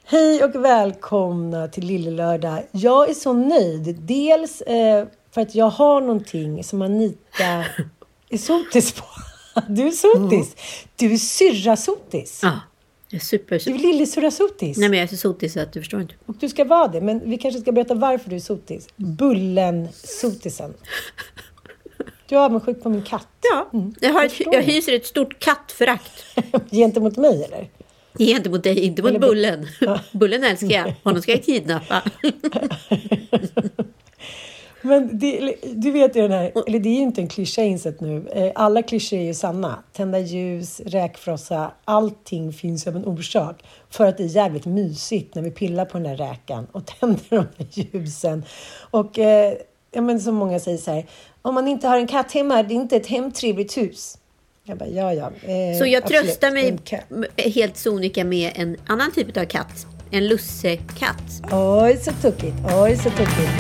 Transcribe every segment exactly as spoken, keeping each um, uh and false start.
Hej och välkomna till Lille Lördag. Jag är så nöjd. Dels eh, för att jag har någonting som Anita är sotis på. Du är sotis. Du är syrra sotis. Ja, jag är super. Du är lille syrra sotis. Nej, men jag är så sotis så att du förstår inte. Och du ska vara det. Men vi kanske ska berätta varför du är sotis. Bullen sotisen. Du är avundsjuk på min katt. Ja, mm. jag, har ett, jag hyser ett stort kattförakt. Gentemot mig eller? Gentemot dig, inte mot eller Bullen. Ja. Bullen älskar jag. Honom ska jag kidnappa. Men det, du vet ju den här, eller det är ju inte en klyscha insett nu. Alla klyschor är ju sanna. Tända ljus, räkfrossa, allting finns av en orsak. För att det är jävligt mysigt när vi pillar på den där räkan och tänder de där ljusen. Och eh, ja, men som många säger så här, om man inte har en katt hemma, det är inte ett hemtrevligt hus. Jag bara, ja, ja. Eh, så jag absolut, tröstar mig helt sonika med en annan typ av katt. En lussekatt. Oj, så tokigt. Oj, så tokigt.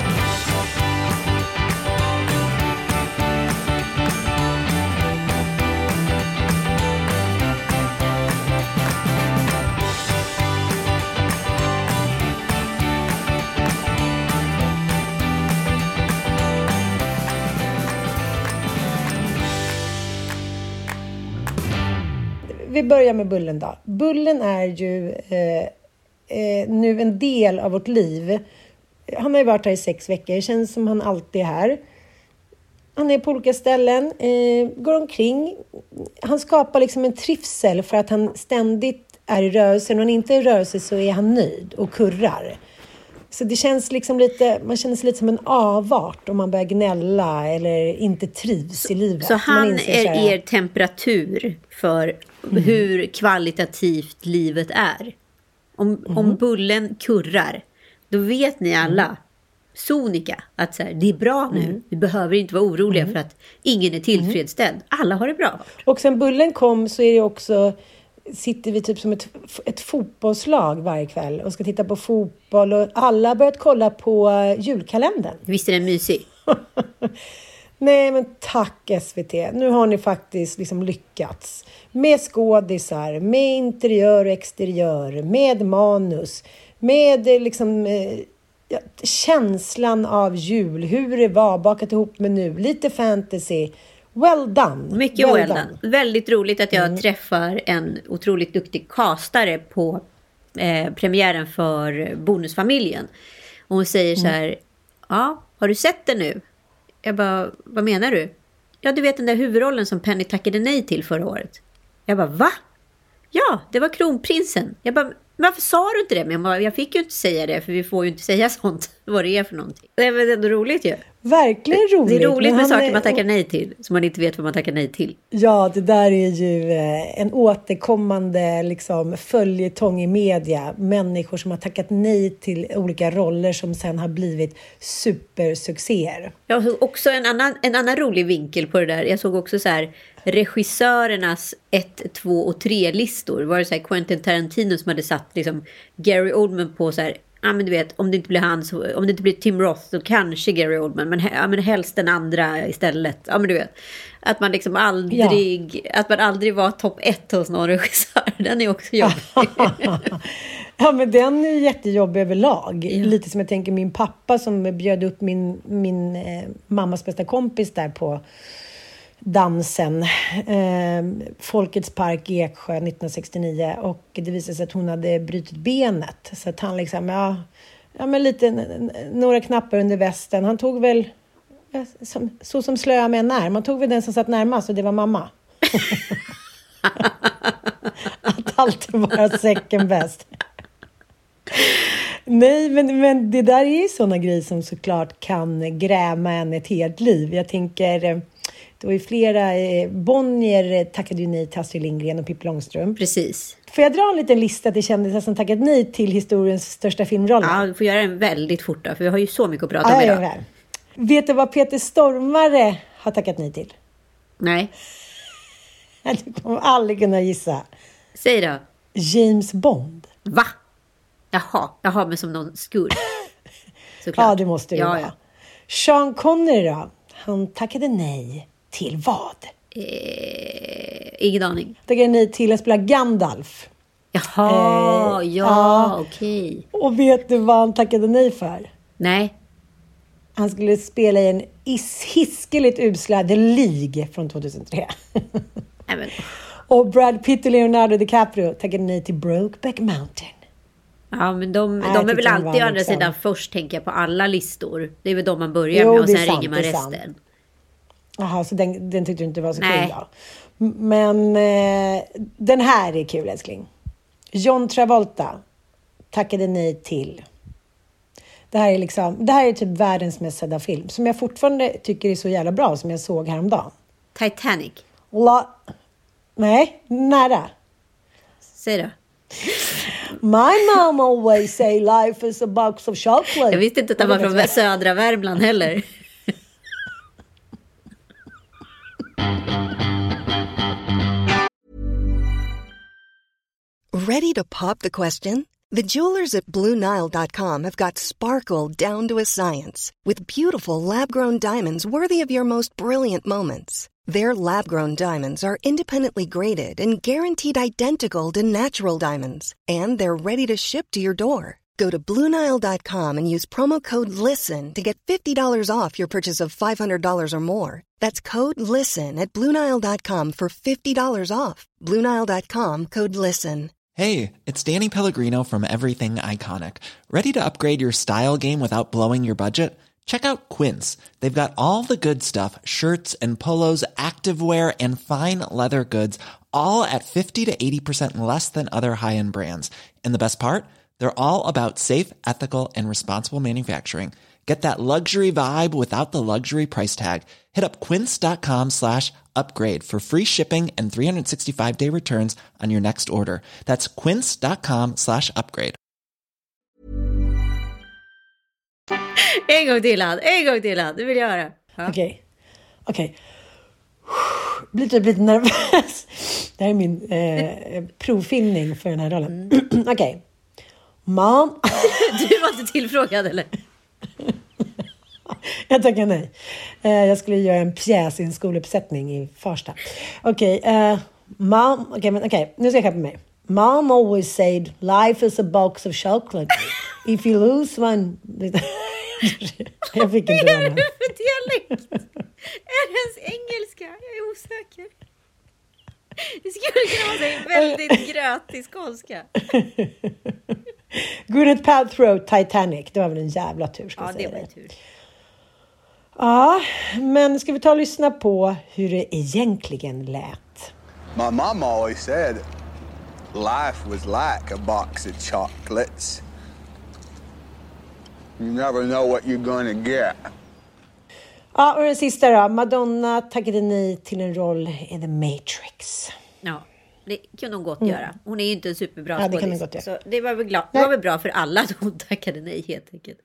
Vi börjar med Bullen då. Bullen är ju eh, eh, nu en del av vårt liv. Han har ju varit här i sex veckor. Det känns som han alltid är här. Han är på olika ställen. Eh, går omkring. Han skapar liksom en trivsel för att han ständigt är i rörelse. När han inte är i rörelse så är han nöjd och kurrar. Så det känns liksom lite, man känner sig lite som en avart om man börjar gnälla eller inte trivs så, i livet. Så han är här, er temperatur för mm. hur kvalitativt livet är. Om, mm. om Bullen kurrar, då vet ni alla, mm. sonika, att så här, det är bra nu. Mm. Vi behöver inte vara oroliga mm. för att ingen är tillfredsställd. Alla har det bra. Och sen Bullen kom så är det också... sitter vi typ som ett, ett fotbollslag varje kväll och ska titta på fotboll och alla har börjat kolla på julkalendern. Visst är den mysig? Nej, men tack S V T. Nu har ni faktiskt liksom lyckats med skådisar, med interiör och exteriör, med manus, med liksom ja, känslan av jul, hur det var bakat ihop med nu, lite fantasy. Well done. Mycket well, well done. done. Väldigt roligt att jag mm. träffar en otroligt duktig castare på eh, premiären för Bonusfamiljen. Och hon säger mm. så här, ja, har du sett det nu? Jag bara, vad menar du? Ja, du vet den där huvudrollen som Penny tackade nej till förra året. Jag bara, va? Ja, det var kronprinsen. Jag bara, varför sa du inte det? Men jag, bara, jag fick ju inte säga det, för vi får ju inte säga sånt. Vad det är för någonting. Det är väl ändå roligt ju. Verkligen roligt. Det är roligt med saker är... man tackar nej till, som man inte vet vad man tackar nej till. Ja, det där är ju en återkommande liksom, följetong i media. Människor som har tackat nej till olika roller som sen har blivit supersuccéer. Jag såg också en annan, en annan rolig vinkel på det där. Jag såg också så här, regissörernas ett, två och tre-listor. Var det så här Quentin Tarantino som hade satt liksom, Gary Oldman på så här... Ja, men du vet, om det inte blir han så, om det inte blir Tim Roth så kanske Gary Oldman, men, ja, men helst den andra istället. Ja, men du vet, att man liksom aldrig ja. att man aldrig var topp ett hos någon regissör. Den är också jobbig. Ja, men den är jättejobbig överlag. Ja. Lite som jag tänker min pappa som bjöd upp min, min eh, mammas bästa kompis där på dansen, eh, Folkets park i Eksjö nittonhundrasextionio, och det visade sig att hon hade brutit benet, så att han liksom ja, ja men lite n- några knappar under västen. Han tog väl ja, som, så som slöa män är, man tog väl den som satt närmast och det var mamma. Att alltid vara second best. Nej, men, men det där är ju sådana grejer som såklart kan gräma en ett helt liv. Jag tänker, det var ju flera, eh, Bonnier tackade ju nej till Astrid Lindgren och Pippi Långstrump. Precis. Får jag dra en liten lista till kändisar som tackat nej till historiens största filmroll? Ja, du får göra den väldigt fort då, för vi har ju så mycket att prata om idag. Vet du vad Peter Stormare har tackat nej till? Nej. Du kommer aldrig kunna gissa. Säg då. James Bond. Va? Jaha, jag har mig som någon skurk. Såklart. Ja, det måste det ja, vara. Ja. Sean Connery då? Han tackade nej till vad? Eh, ingen aning. Tackade nej till att spela Gandalf. Jaha, eh, ja, ja. okej. Okay. Och vet du vad han tackade nej för? Nej. Han skulle spela i en hiskeligt usla The League från tjugohundratre. Även. Och Brad Pitt och Leonardo DiCaprio tackade nej till Brokeback Mountain. Ja, men de, de är väl alltid å andra liksom. sidan först, tänker jag, på alla listor. Det är väl de man börjar jo, med och sen sant, ringer man resten. Jaha, så den, den tyckte du inte var så nej. kul då? Men eh, den här är kul, älskling. John Travolta tackade nej till. Det här är liksom, det här är typ världens mest sedda film. Som jag fortfarande tycker är så jävla bra, som jag såg häromdagen. Titanic. La, nej, nära. Säg då. My mom always say life is a box of chocolate. Jag visste inte att han var från södra Värmland heller. Ready to pop the question? The jewelers at Blue Nile dot com have got sparkle down to a science with beautiful lab-grown diamonds worthy of your most brilliant moments. Their lab-grown diamonds are independently graded and guaranteed identical to natural diamonds. And they're ready to ship to your door. Go to Blue Nile dot com and use promo code LISTEN to get fifty dollars off your purchase of five hundred dollars or more. That's code LISTEN at Blue Nile dot com for fifty dollars off. Blue Nile dot com, code LISTEN. Hey, it's Danny Pellegrino from Everything Iconic. Ready to upgrade your style game without blowing your budget? Check out Quince. They've got all the good stuff, shirts and polos, activewear, and fine leather goods, all at fifty to eighty percent less than other high-end brands. And the best part? They're all about safe, ethical, and responsible manufacturing. Get that luxury vibe without the luxury price tag. Hit up quince.com slash upgrade for free shipping and three sixty-five day returns on your next order. That's quince.com slash upgrade. En gång till, han. En gång till, han. Du vill göra. Okej. Okay. Okej. Okay. Blir typ lite nervös. Det här är min eh, provfilmning för den här rollen. Mm. Okej. Okay. Mom. Du var inte tillfrågad, eller? Jag tackar nej. Uh, jag skulle göra en pjäs i en skoluppsättning i Farsta. Okej. Okay, uh, mom. Okej, okay, men okej. Okay. Nu ska jag klappa mig. Mom always said life is a box of chocolate. If you lose one... Jag fick inte den. Vad är det för dialekt? Är det ens engelska? Jag är osäker. Det skulle kunna vara en väldigt grötig skånska. Gwyneth Paltrow, Titanic. Det var väl en jävla tur, ska ja, jag säga. Ja, det var en tur. Ja, men ska vi ta och lyssna på hur det egentligen lät? My mom always said life was like a box of chocolates. You never know what you're gonna get. Ja, och den sista då. Madonna tackade nej till en roll i The Matrix. Ja, det kunde hon gott mm. göra. Hon är ju inte en superbra ja, det skådis. Gott, ja. Så det var väl, glad. Det var väl bra för alla att hon tackade nej, helt enkelt.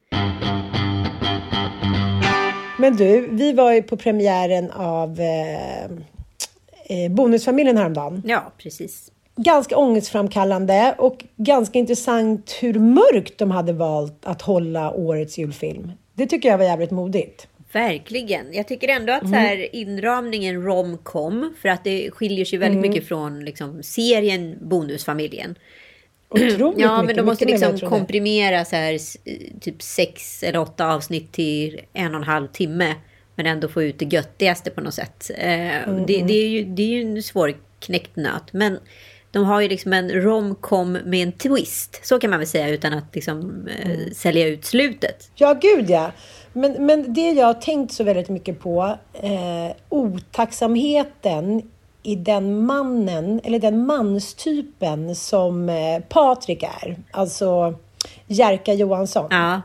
Men du, vi var ju på premiären av eh, eh, Bonusfamiljen häromdagen. Ja, precis. Ganska ångestframkallande och ganska intressant hur mörkt de hade valt att hålla årets julfilm. Det tycker jag var jävligt modigt. Verkligen. Jag tycker ändå att mm. så här, inramningen rom-com, för att det skiljer sig väldigt mm. mycket från liksom, serien Bonusfamiljen. Otroligt ja, mycket, men de måste liksom mer, komprimera så här, typ sex eller åtta avsnitt till en och en halv timme. Men ändå få ut det göttigaste på något sätt. Eh, mm. det, det, är ju, det är ju en svår knäckt nöt. Men de har ju liksom en rom-com med en twist. Så kan man väl säga, utan att liksom, eh, mm. sälja ut slutet. Ja, gud ja. Men, men det jag har tänkt så väldigt mycket på. Eh, otacksamheten i den mannen, eller den manstypen som eh, Patrik är. Alltså Jerka Johansson. Ja.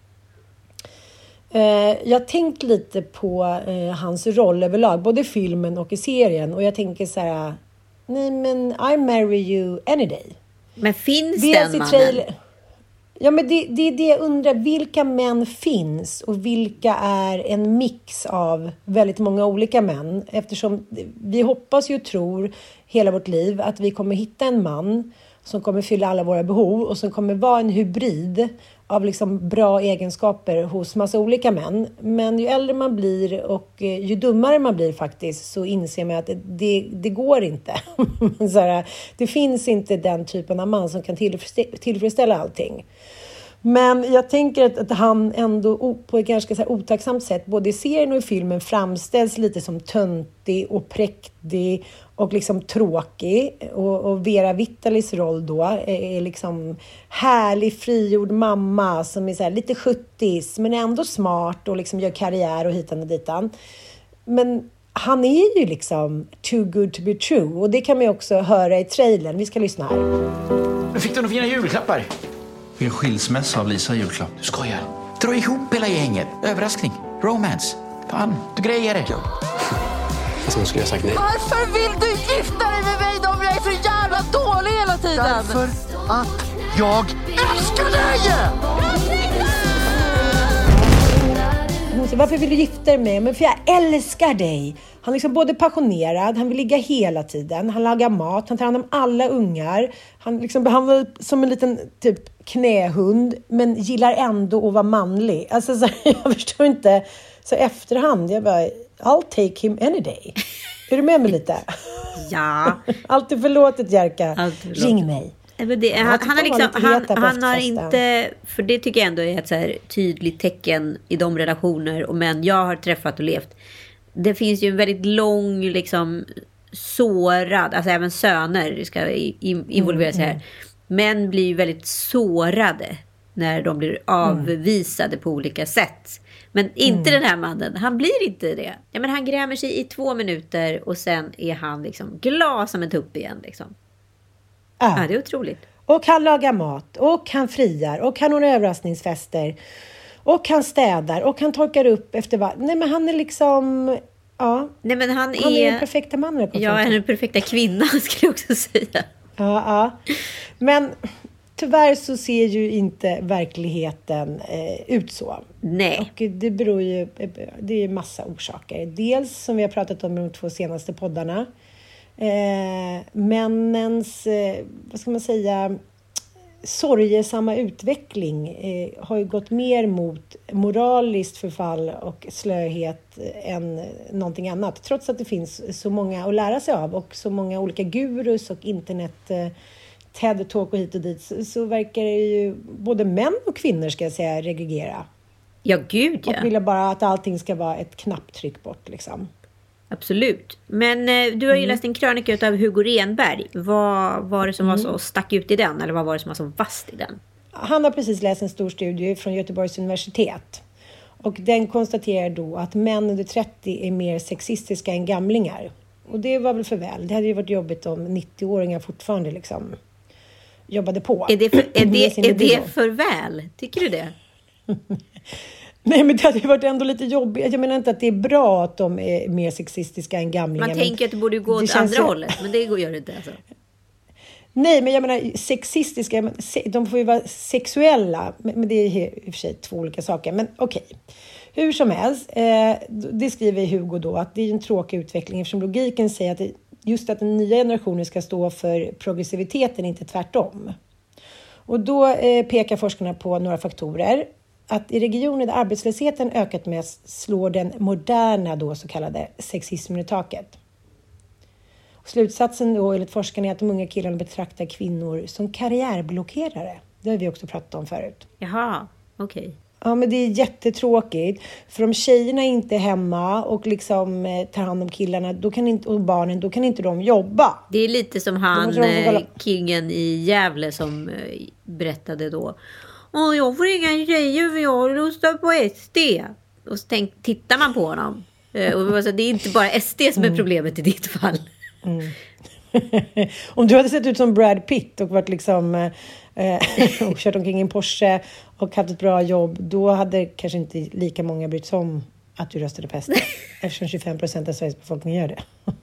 Eh, jag har tänkt lite på eh, hans roll överlag. Både i filmen och i serien. Och jag tänker så här... Nej, men I marry you any day. Men finns den mannen? Trail- ja, men det, det är det jag undrar. Vilka män finns och vilka är en mix av väldigt många olika män? Eftersom vi hoppas ju och tror hela vårt liv att vi kommer hitta en man som kommer fylla alla våra behov och som kommer vara en hybrid av liksom bra egenskaper hos massa olika män. Men ju äldre man blir och ju dummare man blir faktiskt, så inser man att det, det går inte. Så här, det finns inte den typen av man som kan tillfredsställa allting. Men jag tänker att, att han ändå på ett ganska så här otacksamt sätt, både i serien och i filmen, framställs lite som töntig och präktig och liksom tråkig. Och, och Vera Vittalis roll då är, är liksom härlig, frigjord mamma som är så här lite sjuttis men ändå smart och liksom gör karriär och hitan och ditan. Men han är ju liksom too good to be true, och det kan man ju också höra i trailern. Vi ska lyssna här. Fick du några fina julklappar? En skilsmässa av Lisa julklapp. Du skojar. Dra ihop hela gänget. Överraskning. Romance. Fan, du grejer det. Ja. Fast nu skulle jag sagt nej. Varför vill du gifta dig med mig om jag är så jävla dålig hela tiden? Därför att jag älskar dig! Hon säger, varför vill du gifta dig med mig? Men för jag älskar dig. Han är liksom både passionerad, han vill ligga hela tiden. Han lagar mat, han tar hand om alla ungar. Han liksom behandlar som en liten typ knähund, men gillar ändå att vara manlig. Alltså så, jag förstår inte. Så efterhand, jag bara, I'll take him any day. Är du med mig lite? Ja. Allt är förlåtet, Jerka. Allt förlåtet. Ring mig. Men det, han, han, har liksom, han, han har inte, för det tycker jag ändå är ett så här tydligt tecken i de relationer och män jag har träffat och levt. Det finns ju en väldigt lång liksom sårad, alltså även söner ska involveras här. Mm, mm. Män blir ju väldigt sårade när de blir avvisade mm. på olika sätt. Men inte mm. den här mannen, han blir inte det. Ja, men han grämer sig i två minuter och sen är han liksom glad som en tupp igen liksom. Ja. Ja, det är otroligt. Och han lagar mat, och han friar, och han har överraskningsfester, och han städar, och han torkar upp efter vad. Nej, men han är liksom, ja. Nej, men han, han är, är den perfekta mannen. Ja, han är den perfekta kvinnan skulle jag också säga. Ja, ja. Men tyvärr så ser ju inte verkligheten eh, ut så. Nej. Och det beror ju, det är massa orsaker. Dels som vi har pratat om i de två senaste poddarna. Eh, männens, eh, vad ska man säga, sorgesamma utveckling eh, har ju gått mer mot moraliskt förfall och slöhet än någonting annat. Trots att det finns så många att lära sig av och så många olika gurus och internet eh, TED-talk och hit och dit, så, så verkar det ju både män och kvinnor, ska jag säga, regregera. Ja, gud ja. Och vill bara att allting ska vara ett knapptryck bort liksom. Absolut. Men eh, du har ju mm. läst en krönika av Hugo Renberg. Vad var det som mm. var så stack ut i den? Eller vad var det som var så vast i den? Han har precis läst en stor studie från Göteborgs universitet. Och den konstaterar då att män under trettio är mer sexistiska än gamlingar. Och det var väl för väl. Det hade ju varit jobbigt om nittio-åringar fortfarande liksom jobbade på. Är det för, är det, är det för väl? Tycker du det? Nej, men det hade ju varit ändå lite jobbigt. Jag menar inte att det är bra att de är mer sexistiska än gamlingar. Man tänker att det borde gå åt andra så... hållet, men det gör det inte alltså. Nej, men jag menar sexistiska, de får ju vara sexuella, men det är i och för sig två olika saker. Men okej, hur som helst, eh, det skriver Hugo då att det är en tråkig utveckling eftersom logiken säger att det, just att den nya generationen ska stå för progressiviteten, inte tvärtom. Och då eh, pekar forskarna på några faktorer. Att i regioner där arbetslösheten ökat mest slår den moderna då så kallade sexismen i taket. Och slutsatsen då enligt forskarna är att de unga killarna betraktar kvinnor som karriärblockerare. Det har vi också pratat om förut. Jaha, okej. Okay. Ja, men det är jättetråkigt. För om tjejerna inte är hemma och liksom eh, tar hand om killarna då kan inte, och barnen, då kan inte de jobba. Det är lite som han, eh, kingen i Gävle som eh, berättade då. Åh, jag får inga grejer för jag röstar på S D. Och så tänk, tittar man på honom. Eh, och alltså, det är inte bara S D som är problemet i ditt fall. Mm. Om du hade sett ut som Brad Pitt och varit liksom eh, och kört omkring i en Porsche och haft ett bra jobb, då hade kanske inte lika många brytt sig om att du röstade på S D. Eftersom tjugofem procent av Sveriges befolkning gör det.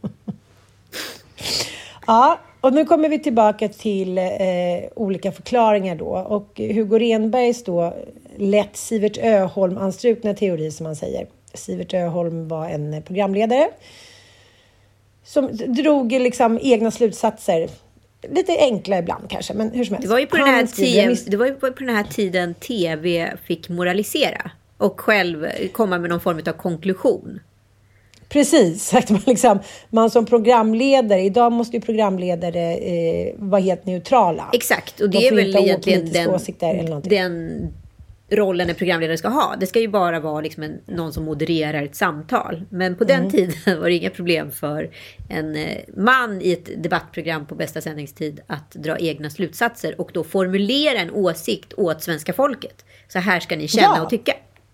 Ja, och nu kommer vi tillbaka till eh, olika förklaringar då. Och Hugo Renbergs då lätt Sivert Öholm anstrukna teori som man säger. Sivert Öholm var en programledare som drog liksom egna slutsatser lite enkla ibland kanske, men hur som helst. Det var ju på, den här, skriver, tiden, miss... det var ju på den här tiden tv fick moralisera och själv komma med någon form av konklusion. Precis, man, liksom, man som programledare, idag måste ju programledare eh, vara helt neutrala. Exakt, och det är väl egentligen den, den, den rollen en programledare ska ha. Det ska ju bara vara liksom en, någon som modererar ett samtal. Men på den mm. tiden var det inga problem för en eh, man i ett debattprogram på bästa sändningstid att dra egna slutsatser och då formulera en åsikt åt svenska folket. Så här ska ni känna ja. och tycka.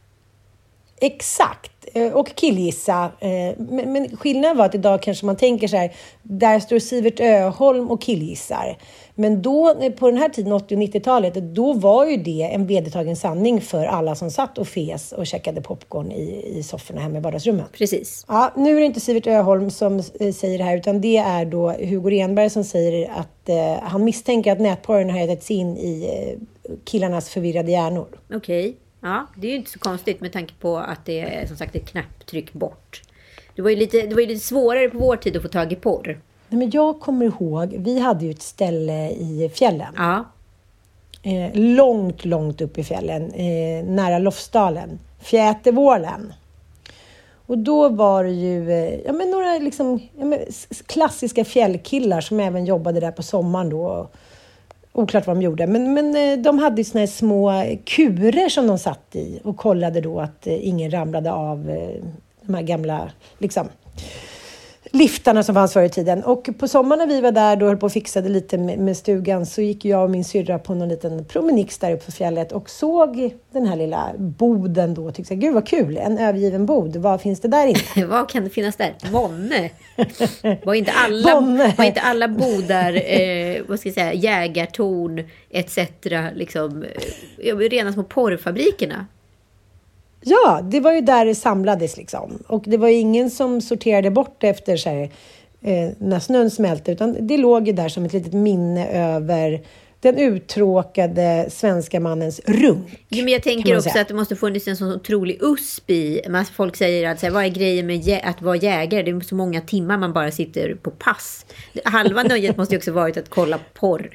Exakt, och killgissa. Men skillnaden var att idag kanske man tänker så här, där står Sivert Öholm och killgissar. Men då, på den här tiden, åttio- och nittiotalet, då var ju det en vedertagen sanning för alla som satt och fes och käkade popcorn i, i sofforna hemma i vardagsrummen. Precis. Ja, nu är det inte Sivert Öholm som säger det här, utan det är då Hugo Renberg som säger att eh, han misstänker att nätporren har ätit sig in i eh, killarnas förvirrade hjärnor. Okej. Okay. Ja, det är ju inte så konstigt med tanke på att det är som sagt ett knapptryck bort. Det var ju lite, det var ju lite svårare på vår tid att få tag i porr. Nej, men jag kommer ihåg, vi hade ju ett ställe i fjällen. Ja. Eh, långt, långt upp i fjällen. Eh, nära Lofsdalen. Fjätervålen. Och då var det ju eh, ja, men några liksom, ja, men, klassiska fjällkillar som även jobbade där på sommaren då. Oklart vad de gjorde, men, men de hade ju såna här små kurer som de satt i och kollade då att ingen ramlade av de här gamla liksom, liftarna som fanns förr i tiden. Och på sommaren när vi var där då höll på och fixade lite med, med stugan, så gick jag och min syrra på någon liten promenix där uppe på fjället och såg den här lilla boden då och tyckte, gud vad kul, en övergiven bod, vad finns det där inne? Vad kan det finnas där? Vonne. Var inte alla, var inte alla bodar, eh, vad ska jag säga, jägartorn et cetera liksom eh, rena små porrfabrikerna? Ja, det var ju där det samlades liksom. Och det var ju ingen som sorterade bort efter så här, eh, när snön smälte, utan det låg ju där som ett litet minne över den uttråkade svenska mannens runk. Ja, men jag tänker också säga. Att det måste funnits en sån otrolig usp i. Folk säger att så här, vad är grejen med jä- att vara jägare? Det är så många timmar man bara sitter på pass. Halva nöjet måste ju också varit att kolla porr.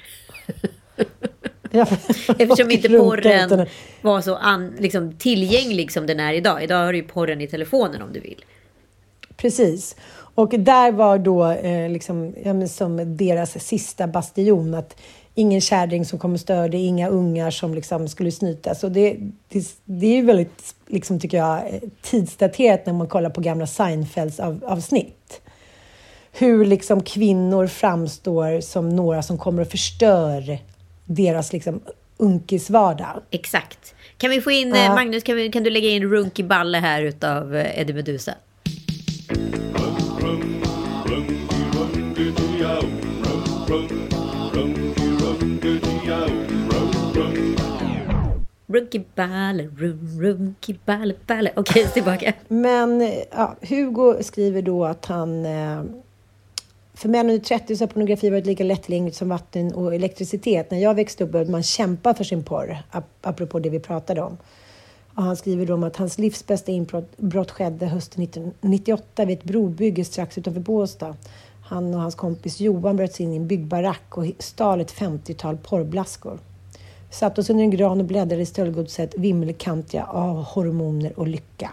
Ja, eftersom inte porren var så an, liksom, tillgänglig som den är idag. Idag har du ju porren i telefonen om du vill. Precis. Och där var då eh, liksom, ja, men som deras sista bastion, att ingen kärring som kommer störde, inga ungar som liksom skulle snytas. Och det, det, det är ju väldigt, liksom, tycker jag, tidsdaterat när man kollar på gamla Seinfelds av, avsnitt. Hur liksom kvinnor framstår som några som kommer och förstör deras liksom unkisvardag. Exakt. Kan vi få in, ja. Magnus, kan, vi, kan du lägga in Runky Balle här utav Eddie Meduza? Runky Balle, rum, Runky Balle, Balle. Okej, okay, tillbaka. Men ja, Hugo skriver då att han... Eh, För män under trettio så har pornografi varit lika lättillgängligt som vatten och elektricitet. När jag växte upp började man kämpa för sin porr, apropå det vi pratade om. Och han skriver då om att hans livs bästa inbrott skedde hösten nittonhundranittioåtta vid ett brobygge strax utanför Båstad. Han och hans kompis Johan bröt sig in i en byggbarack och stal ett femtiotal porrblaskor. Satt oss under en gran och bläddrade i stöldgodset vimmelkantiga av hormoner och lycka.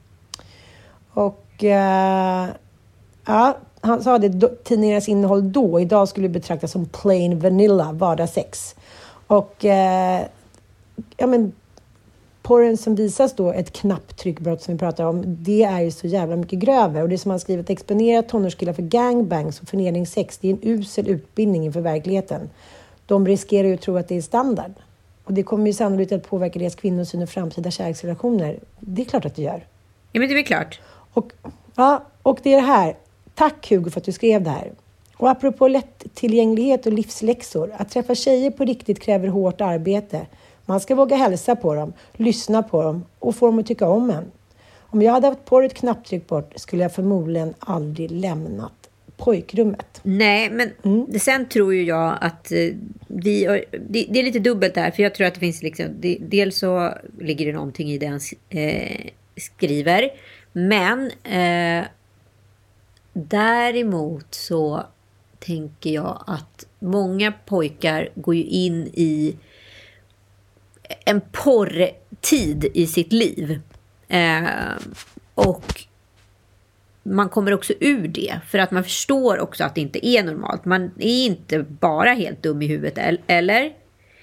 Och äh, ja... Han sa det, tidningarnas innehåll då, idag skulle betraktas som plain vanilla, vardagssex. Och eh, ja men, porren som visas då, ett knapptryckbrott som vi pratar om, det är ju så jävla mycket grövre. Och det som han skrivit, exponera tonårskillar för gangbangs och förnedringssex, det är en usel utbildning inför verkligheten. De riskerar ju att tro att det är standard. Och det kommer ju sannolikt att påverka deras kvinnosyn och framtida kärleksrelationer. Det är klart att det gör. Ja, men det är väl klart. Och, ja, och det är det här. Tack Hugo för att du skrev det här. Och apropå lättillgänglighet och livsläxor. Att träffa tjejer på riktigt kräver hårt arbete. Man ska våga hälsa på dem, lyssna på dem och få dem att tycka om en. Om jag hade haft på ett knapptryck bort skulle jag förmodligen aldrig lämnat pojkrummet. Nej, men mm. sen tror ju jag att vi, det, det är lite dubbelt där. För jag tror att det finns liksom, det, dels så ligger det någonting i det han eh, skriver. Men... Eh, Däremot så tänker jag att många pojkar går ju in i en porrtid i sitt liv. Eh, och man kommer också ur det. För att man förstår också att det inte är normalt. Man är inte bara helt dum i huvudet, eller?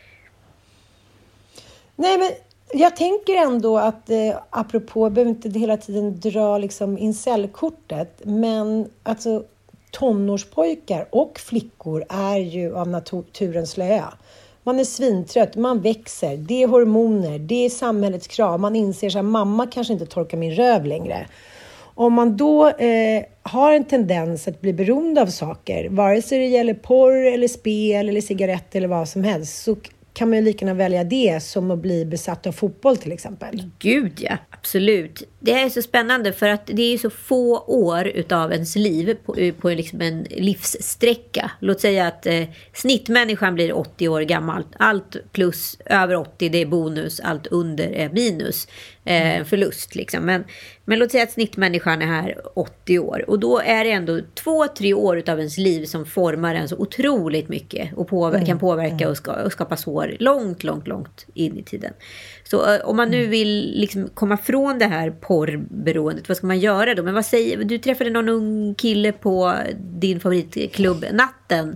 Nej, men jag tänker ändå att eh, apropå, jag behöver inte hela tiden dra liksom incel-kortet, men alltså tonårspojkar och flickor är ju av naturens slöja. Man är svintrött, man växer, det är hormoner, det är samhällets krav. Man inser att mamma kanske inte torkar min röv längre. Om man då eh, har en tendens att bli beroende av saker, vare sig det gäller porr eller spel eller cigaretter eller vad som helst, så kan man ju lika gärna välja det som att bli besatt av fotboll till exempel. Gud ja, absolut. Det är så spännande för att det är så få år utav ens liv på, på liksom en livssträcka. Låt säga att eh, snittmänniskan blir åttio år gammal. Allt plus över åttio det är bonus, allt under är minus. Eh, förlust liksom. Men, men låt säga att snittmänniskan är här åttio år. Och då är det ändå två, tre år utav ens liv som formar en så otroligt mycket. Och påver- mm. kan påverka och, ska, och skapa sår långt, långt, långt in i tiden. Så eh, om man nu vill liksom komma från det här porrberoendet, vad ska man göra då? Men vad säger, du träffade någon ung kille på din favoritklubb Natten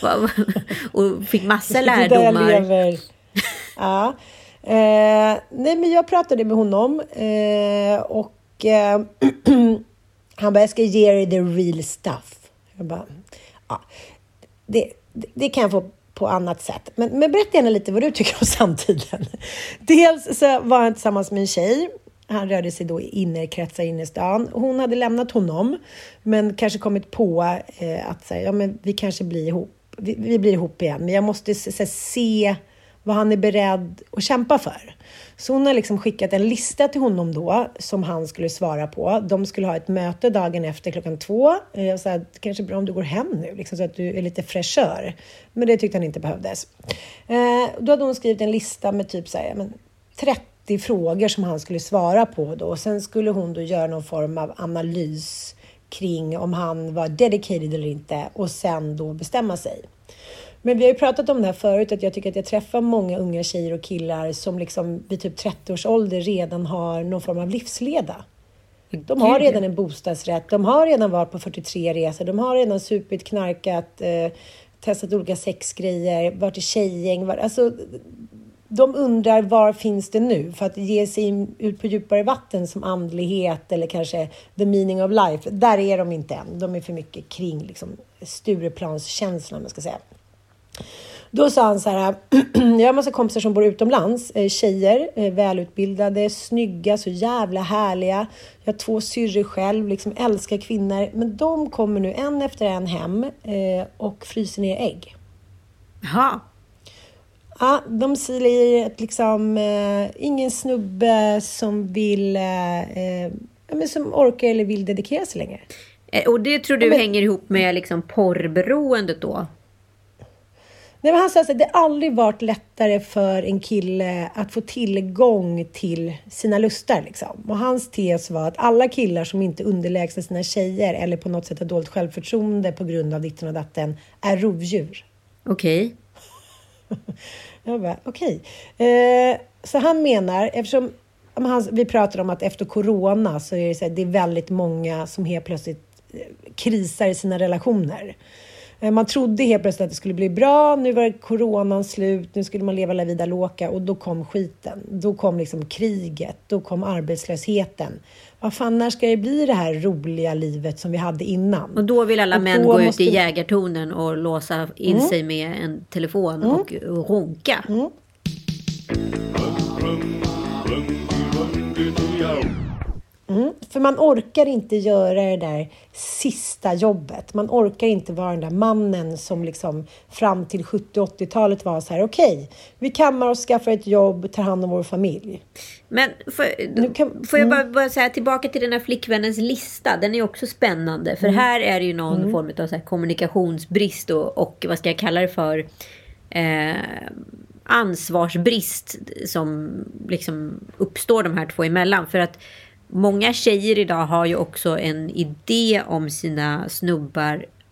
och fick massa lärdomar. Ja. Eh, nej, men jag pratade med honom eh, och eh, han bara, jag ska ge dig the real stuff. Jag bara, ja, det, det, det kan jag få på annat sätt. Men, men berätta gärna lite vad du tycker om samtiden. Dels så var han tillsammans med en tjej. Han rörde sig då i innerkretsar i innerstan. Hon hade lämnat honom, men kanske kommit på eh, att säga, ja, men vi kanske blir ihop. Vi, vi blir ihop igen, men jag måste så, så, se vad han är beredd att kämpa för. Så hon har liksom skickat en lista till honom då som han skulle svara på. De skulle ha ett möte dagen efter klockan två. Jag sa att det kanske är bra om du går hem nu, liksom, så att du är lite fräschör. Men det tyckte han inte behövdes. Eh, då hade hon skrivit en lista med typ så här, men trettio frågor som han skulle svara på då. Och sen skulle hon då göra någon form av analys kring om han var dedicated eller inte. Och sen då bestämma sig. Men vi har ju pratat om det här förut, att jag tycker att jag träffar många unga tjejer och killar som liksom vid typ trettio års ålder redan har någon form av livsleda. De har redan en bostadsrätt, de har redan varit på fyrtiotre resor, de har redan supit, knarkat, eh, testat olika sexgrejer, varit i tjejgäng. Var, alltså, de undrar var finns det nu för att ge sig ut på djupare vatten som andlighet eller kanske the meaning of life. Där är de inte än, de är för mycket kring liksom, Stureplanskänslan, man ska säga. Då sa han så här, jag har en massa kompisar som bor utomlands, tjejer, välutbildade, snygga, så jävla härliga. Jag har två syrror själv, liksom älskar kvinnor, men de kommer nu en efter en hem och fryser ner ägg. Jaha. Ja, de säger att liksom eh, ingen snubbe som vill, eh, ja, men som orkar eller vill dedikera sig längre. Och det tror du ja, men, hänger ihop med liksom porrberoendet då? Nej, men han sa att det aldrig varit lättare för en kille att få tillgång till sina lustar. Liksom. Och hans tes var att alla killar som inte underlägsar sina tjejer eller på något sätt har dåligt självförtroende på grund av ditten och datten är rovdjur. Okej. Okay. Jag bara, okej. Okay. Eh, så han menar, eftersom han, vi pratar om att efter corona så är det, så här, det är väldigt många som helt plötsligt krisar i sina relationer. Man trodde helt plötsligt att det skulle bli bra. Nu var coronan slut. Nu skulle man leva la vida loca. Och då kom skiten. Då kom liksom kriget. Då kom arbetslösheten. Vad fan, när ska det bli det här roliga livet som vi hade innan? Och då vill alla och män gå måste... ut i jägartornen och låsa in mm. sig med en telefon mm. och, och ronka. Mm. Mm, för man orkar inte göra det där sista jobbet. Man orkar inte vara den där mannen som liksom fram till sjuttio-åttiotalet var så här, okej, okay, vi kammar och skaffar ett jobb, tar hand om vår familj. Men för, nu kan, får jag bara, bara säga tillbaka till den här flickvännens lista. Den är också spännande. För mm. här är det ju någon mm. form av så här kommunikationsbrist och, och vad ska jag kalla det för eh, ansvarsbrist som liksom uppstår de här två emellan. För att många tjejer idag har ju också en idé om sina snubbar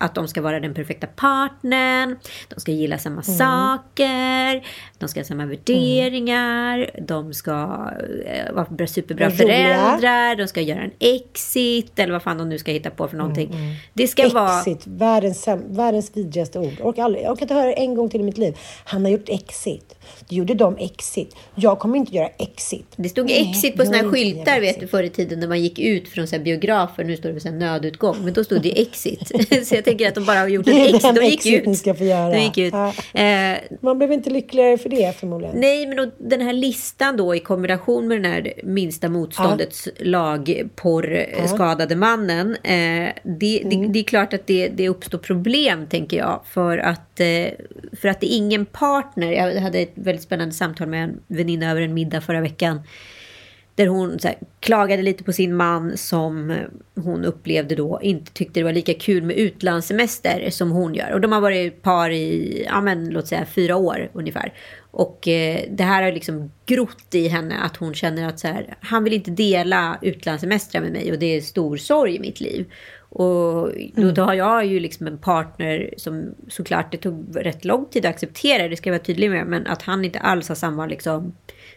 att de ska vara den perfekta partnern, de ska gilla samma mm. saker, de ska ha samma värderingar, mm. de ska uh, vara superbra föräldrar, de ska göra en exit, eller vad fan de nu ska hitta på för någonting. Mm. Mm. Det ska exit, vara... Exit, världens, vidrigaste vidrigaste ord. Jag kan, aldrig, jag kan inte höra en gång till i mitt liv. Han har gjort exit. Du gjorde de exit. Jag kommer inte göra exit. Det stod Nej, exit på såna här skyltar, vet du, förr i tiden när man gick ut från så här biografer. Nu står det så här nödutgång, men då stod det exit. Så jag tänker att de bara har gjort en exit. De gick ut. Ska få göra. De gick ut. Ja. Eh, man blev inte lyckligare för det förmodligen. Nej, men då, den här listan då i kombination med den här minsta motståndets ja. lagporr ja. skadade mannen. Eh, det, mm. det, det är klart att det, det uppstår problem, tänker jag, för att, eh, för att det är ingen partner. Jag hade ett väldigt spännande samtal med en väninna över en middag förra veckan, där hon så här, klagade lite på sin man som hon upplevde då inte tyckte det var lika kul med utlandssemester som hon gör. Och de har varit par i, ja men låt säga fyra år ungefär. Och eh, det här har liksom grott i henne att hon känner att så här, han vill inte dela utlandssemestrar med mig och det är stor sorg i mitt liv. Och då, då har jag ju liksom en partner som såklart det tog rätt lång tid att acceptera, det ska jag vara tydlig med, men att han inte alls har samma liksom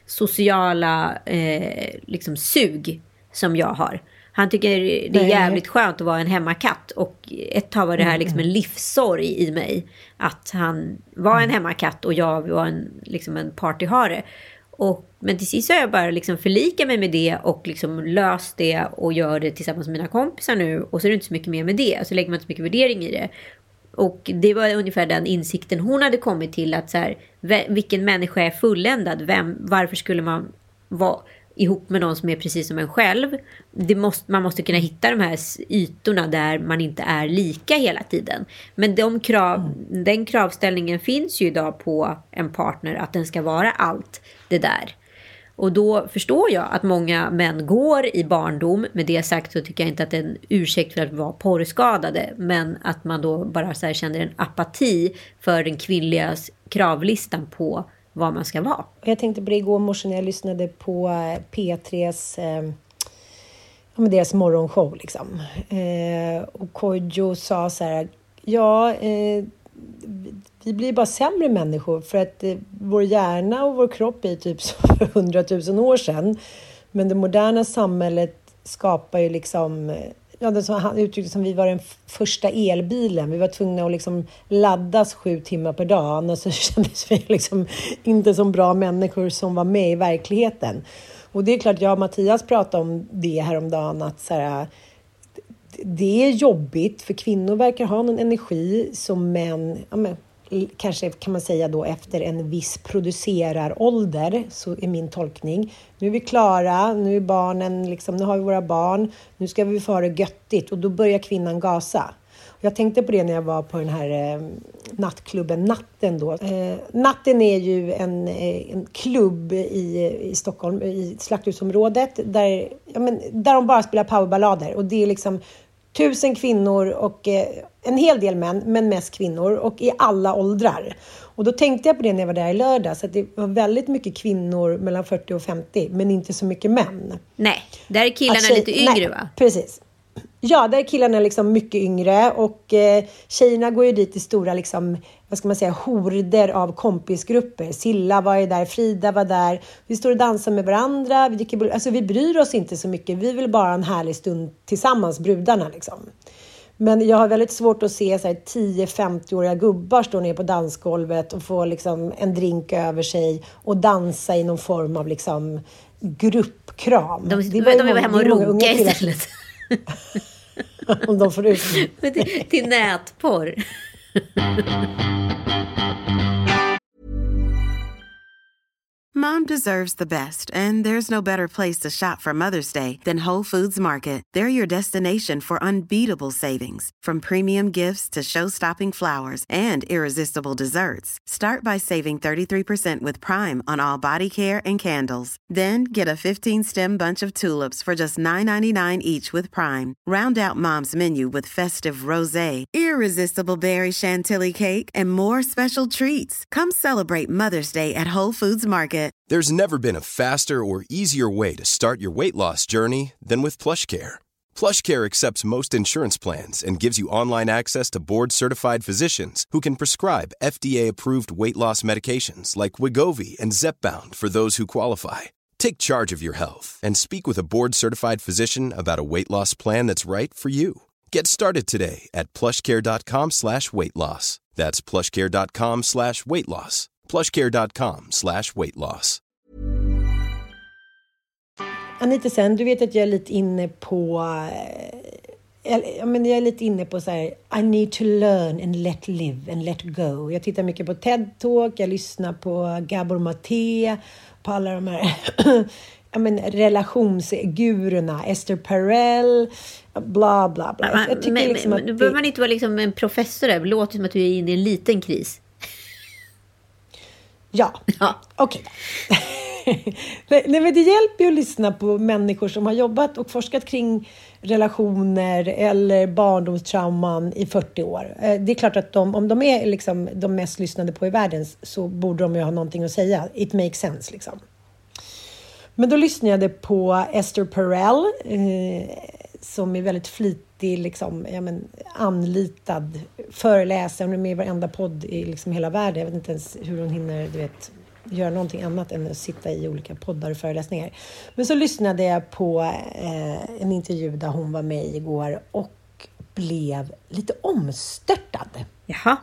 sociala eh, liksom sug som jag har. Han tycker det är jävligt skönt att vara en hemmakatt, och ett tag var det här liksom en livssorg i mig att han var en hemmakatt och jag var en, liksom en partyhare. Och, men till sist har jag bara liksom förlika mig med det och liksom löst det och gör det tillsammans med mina kompisar nu. Och så är det inte så mycket mer med det. Så lägger man inte så mycket värdering i det. Och det var ungefär den insikten hon hade kommit till. Att så här, vilken människa är fulländad? Vem, varför skulle man vara ihop med någon som är precis som en själv? Det måste, man måste kunna hitta de här ytorna där man inte är lika hela tiden. Men de krav, mm. den kravställningen finns ju idag på en partner, att den ska vara allt det där. Och då förstår jag att många män går i barndom. Med det sagt så tycker jag inte att det är en ursäkt för att vara porrskadade. Men att man då bara så här känner en apati för den kvinnliga kravlistan på vad man ska vara. Jag tänkte på det igår morse när jag lyssnade på P tres eh, ja, deras morgonshow liksom. Eh, och Kodjo sa så här, ja eh, vi blir bara sämre människor för att eh, vår hjärna och vår kropp är typ för hundratusen år sedan. Men det moderna samhället skapar ju liksom, ja, det som han uttryckte som vi var den första elbilen. Vi var tvungna att liksom laddas sju timmar per dag. Och så kändes vi liksom inte som bra människor som var med i verkligheten. Och det är klart, jag och Mattias pratade om det häromdagen. Att så här, det är jobbigt för kvinnor verkar ha någon energi som män, ja men, kanske kan man säga då efter en viss producerarålder, så är min tolkning. Nu är vi klara, nu är barnen liksom, nu har vi våra barn, nu ska vi få ha det göttigt, och då börjar kvinnan gasa. Och jag tänkte på det när jag var på den här eh, nattklubben Natten då. Eh, Natten är ju en, eh, en klubb i, i Stockholm, i Slakthusområdet, där, ja, men, där de bara spelar powerballader, och det är liksom tusen kvinnor och eh, en hel del män, men mest kvinnor, och i alla åldrar. Och då tänkte jag på det när jag var där i lördag, så att det var väldigt mycket kvinnor mellan fyrtio och femtio, men inte så mycket män. Nej, där är killarna tjej, lite yngre nej, va? Precis. Ja, där är killarna liksom mycket yngre, och eh, tjejerna går ju dit i stora liksom, vad ska man säga, horder av kompisgrupper. Silla var ju där, Frida var där. Vi står och dansar med varandra. Vi, dricker, alltså, vi bryr oss inte så mycket. Vi vill bara en härlig stund tillsammans, brudarna liksom. Men jag har väldigt svårt att se så här tio femtio-åriga gubbar stå ner på dansgolvet och få liksom en drink över sig och dansa i någon form av liksom gruppkram. De, det är de är hemma och runka istället. Om de får ut till, till nätporr. Mom deserves the best, and there's no better place to shop for Mother's Day than Whole Foods Market. They're your destination for unbeatable savings, from premium gifts to show-stopping flowers and irresistible desserts. Start by saving thirty-three percent with Prime on all body care and candles. Then get a fifteen-stem bunch of tulips for just nine ninety-nine each with Prime. Round out Mom's menu with festive rosé, irresistible berry chantilly cake, and more special treats. Come celebrate Mother's Day at Whole Foods Market. There's never been a faster or easier way to start your weight loss journey than with PlushCare. PlushCare accepts most insurance plans and gives you online access to board-certified physicians who can prescribe F D A-approved weight loss medications like Wegovy and Zepbound for those who qualify. Take charge of your health and speak with a board-certified physician about a weight loss plan that's right for you. Get started today at plushcare.com slash weight loss. That's plushcare.com slash weight loss. plushcare.com slash weight loss. Anita, sen, du vet att jag är lite inne på... Jag, jag, men jag är lite inne på så här... I need to learn and let live and let go. Jag tittar mycket på TED-talk. Jag lyssnar på Gabor Maté. På alla de här... jag men, relationsgurorna. Esther Perel. Bla, bla, bla. Man, jag tycker men, liksom men, att nu det... behöver man inte vara liksom en professor där. Det låter som att du är inne i en liten kris. Ja, ja. Okej. Okay. Nej, men det hjälper ju att lyssna på människor som har jobbat och forskat kring relationer eller barndomstrauman i fyrtio år. Det är klart att de, om de är liksom de mest lyssnade på i världen, så borde de ju ha någonting att säga. It makes sense liksom. Men då lyssnade jag på Esther Perel eh, som är väldigt flitig, liksom, ja, men, anlitad föreläsare. Hon är med i varenda podd i liksom hela världen. Jag vet inte ens hur hon hinner, du vet, göra någonting annat än att sitta i olika poddar och föreläsningar. Men så lyssnade jag på eh, en intervju där hon var med igår och blev lite omstörtad. Jaha.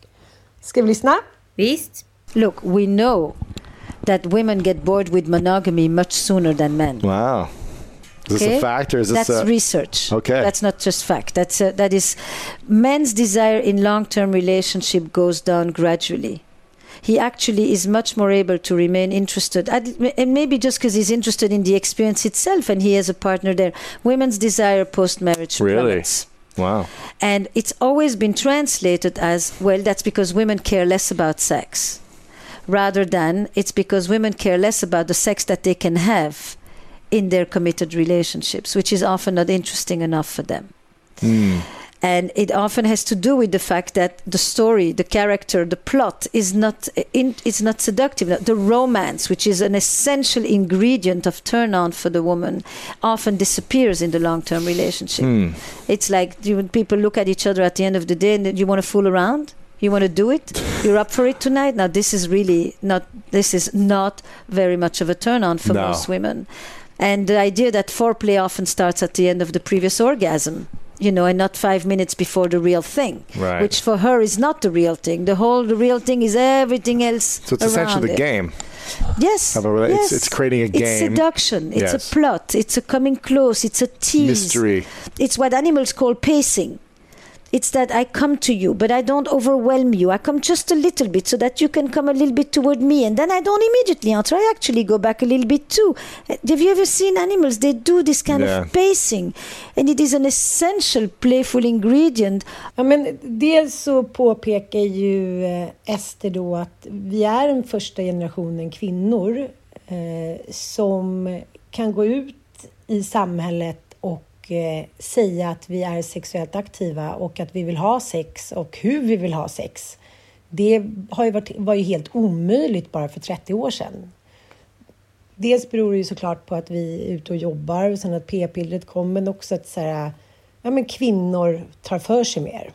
Ska vi lyssna? Visst. Look, we know that women get bored with monogamy much sooner than men. Wow. Is this okay? a fact or is this That's a... research. Okay. That's not just fact. That's a, that is men's desire in long-term relationship goes down gradually. He actually is much more able to remain interested, and maybe just because he's interested in the experience itself and he has a partner there. Women's desire post-marriage really? plummets. Wow. And it's always been translated as, well, that's because women care less about sex, rather than it's because women care less about the sex that they can have in their committed relationships, which is often not interesting enough for them. Mm. And it often has to do with the fact that the story, the character, the plot is not in, it's not seductive. The romance, which is an essential ingredient of turn on for the woman, often disappears in the long-term relationship. Mm. It's like you, people look at each other at the end of the day and you want to fool around? You want to do it? You're up for it tonight? Now, this is really not, this is not very much of a turn on for No. most women. And the idea that foreplay often starts at the end of the previous orgasm, you know, and not five minutes before the real thing, right. which for her is not the real thing. The whole, the real thing is everything else. So it's around essentially the it. game. Yes, Of a rela- yes. It's, it's creating a game. It's seduction. It's Yes. a plot. It's a coming close. It's a tease. Mystery. It's what animals call pacing. It's that I come to you, but I don't overwhelm you. I come just a little bit so that you can come a little bit toward me. And then I don't immediately answer. I actually go back a little bit too. Have you ever seen animals? They do this kind Yeah. of pacing. And it is an essential playful ingredient. Ja, men dels så påpekar ju eh, Ester då att vi är den första generationen kvinnor eh, som kan gå ut i samhället och eh, säga att vi är sexuellt aktiva och att vi vill ha sex och hur vi vill ha sex. Det har ju varit, var ju helt omöjligt bara för trettio år sedan. Dels beror det ju såklart på att vi är ute och jobbar och sen att p-pillret kom, men också att så här, ja, men kvinnor tar för sig mer.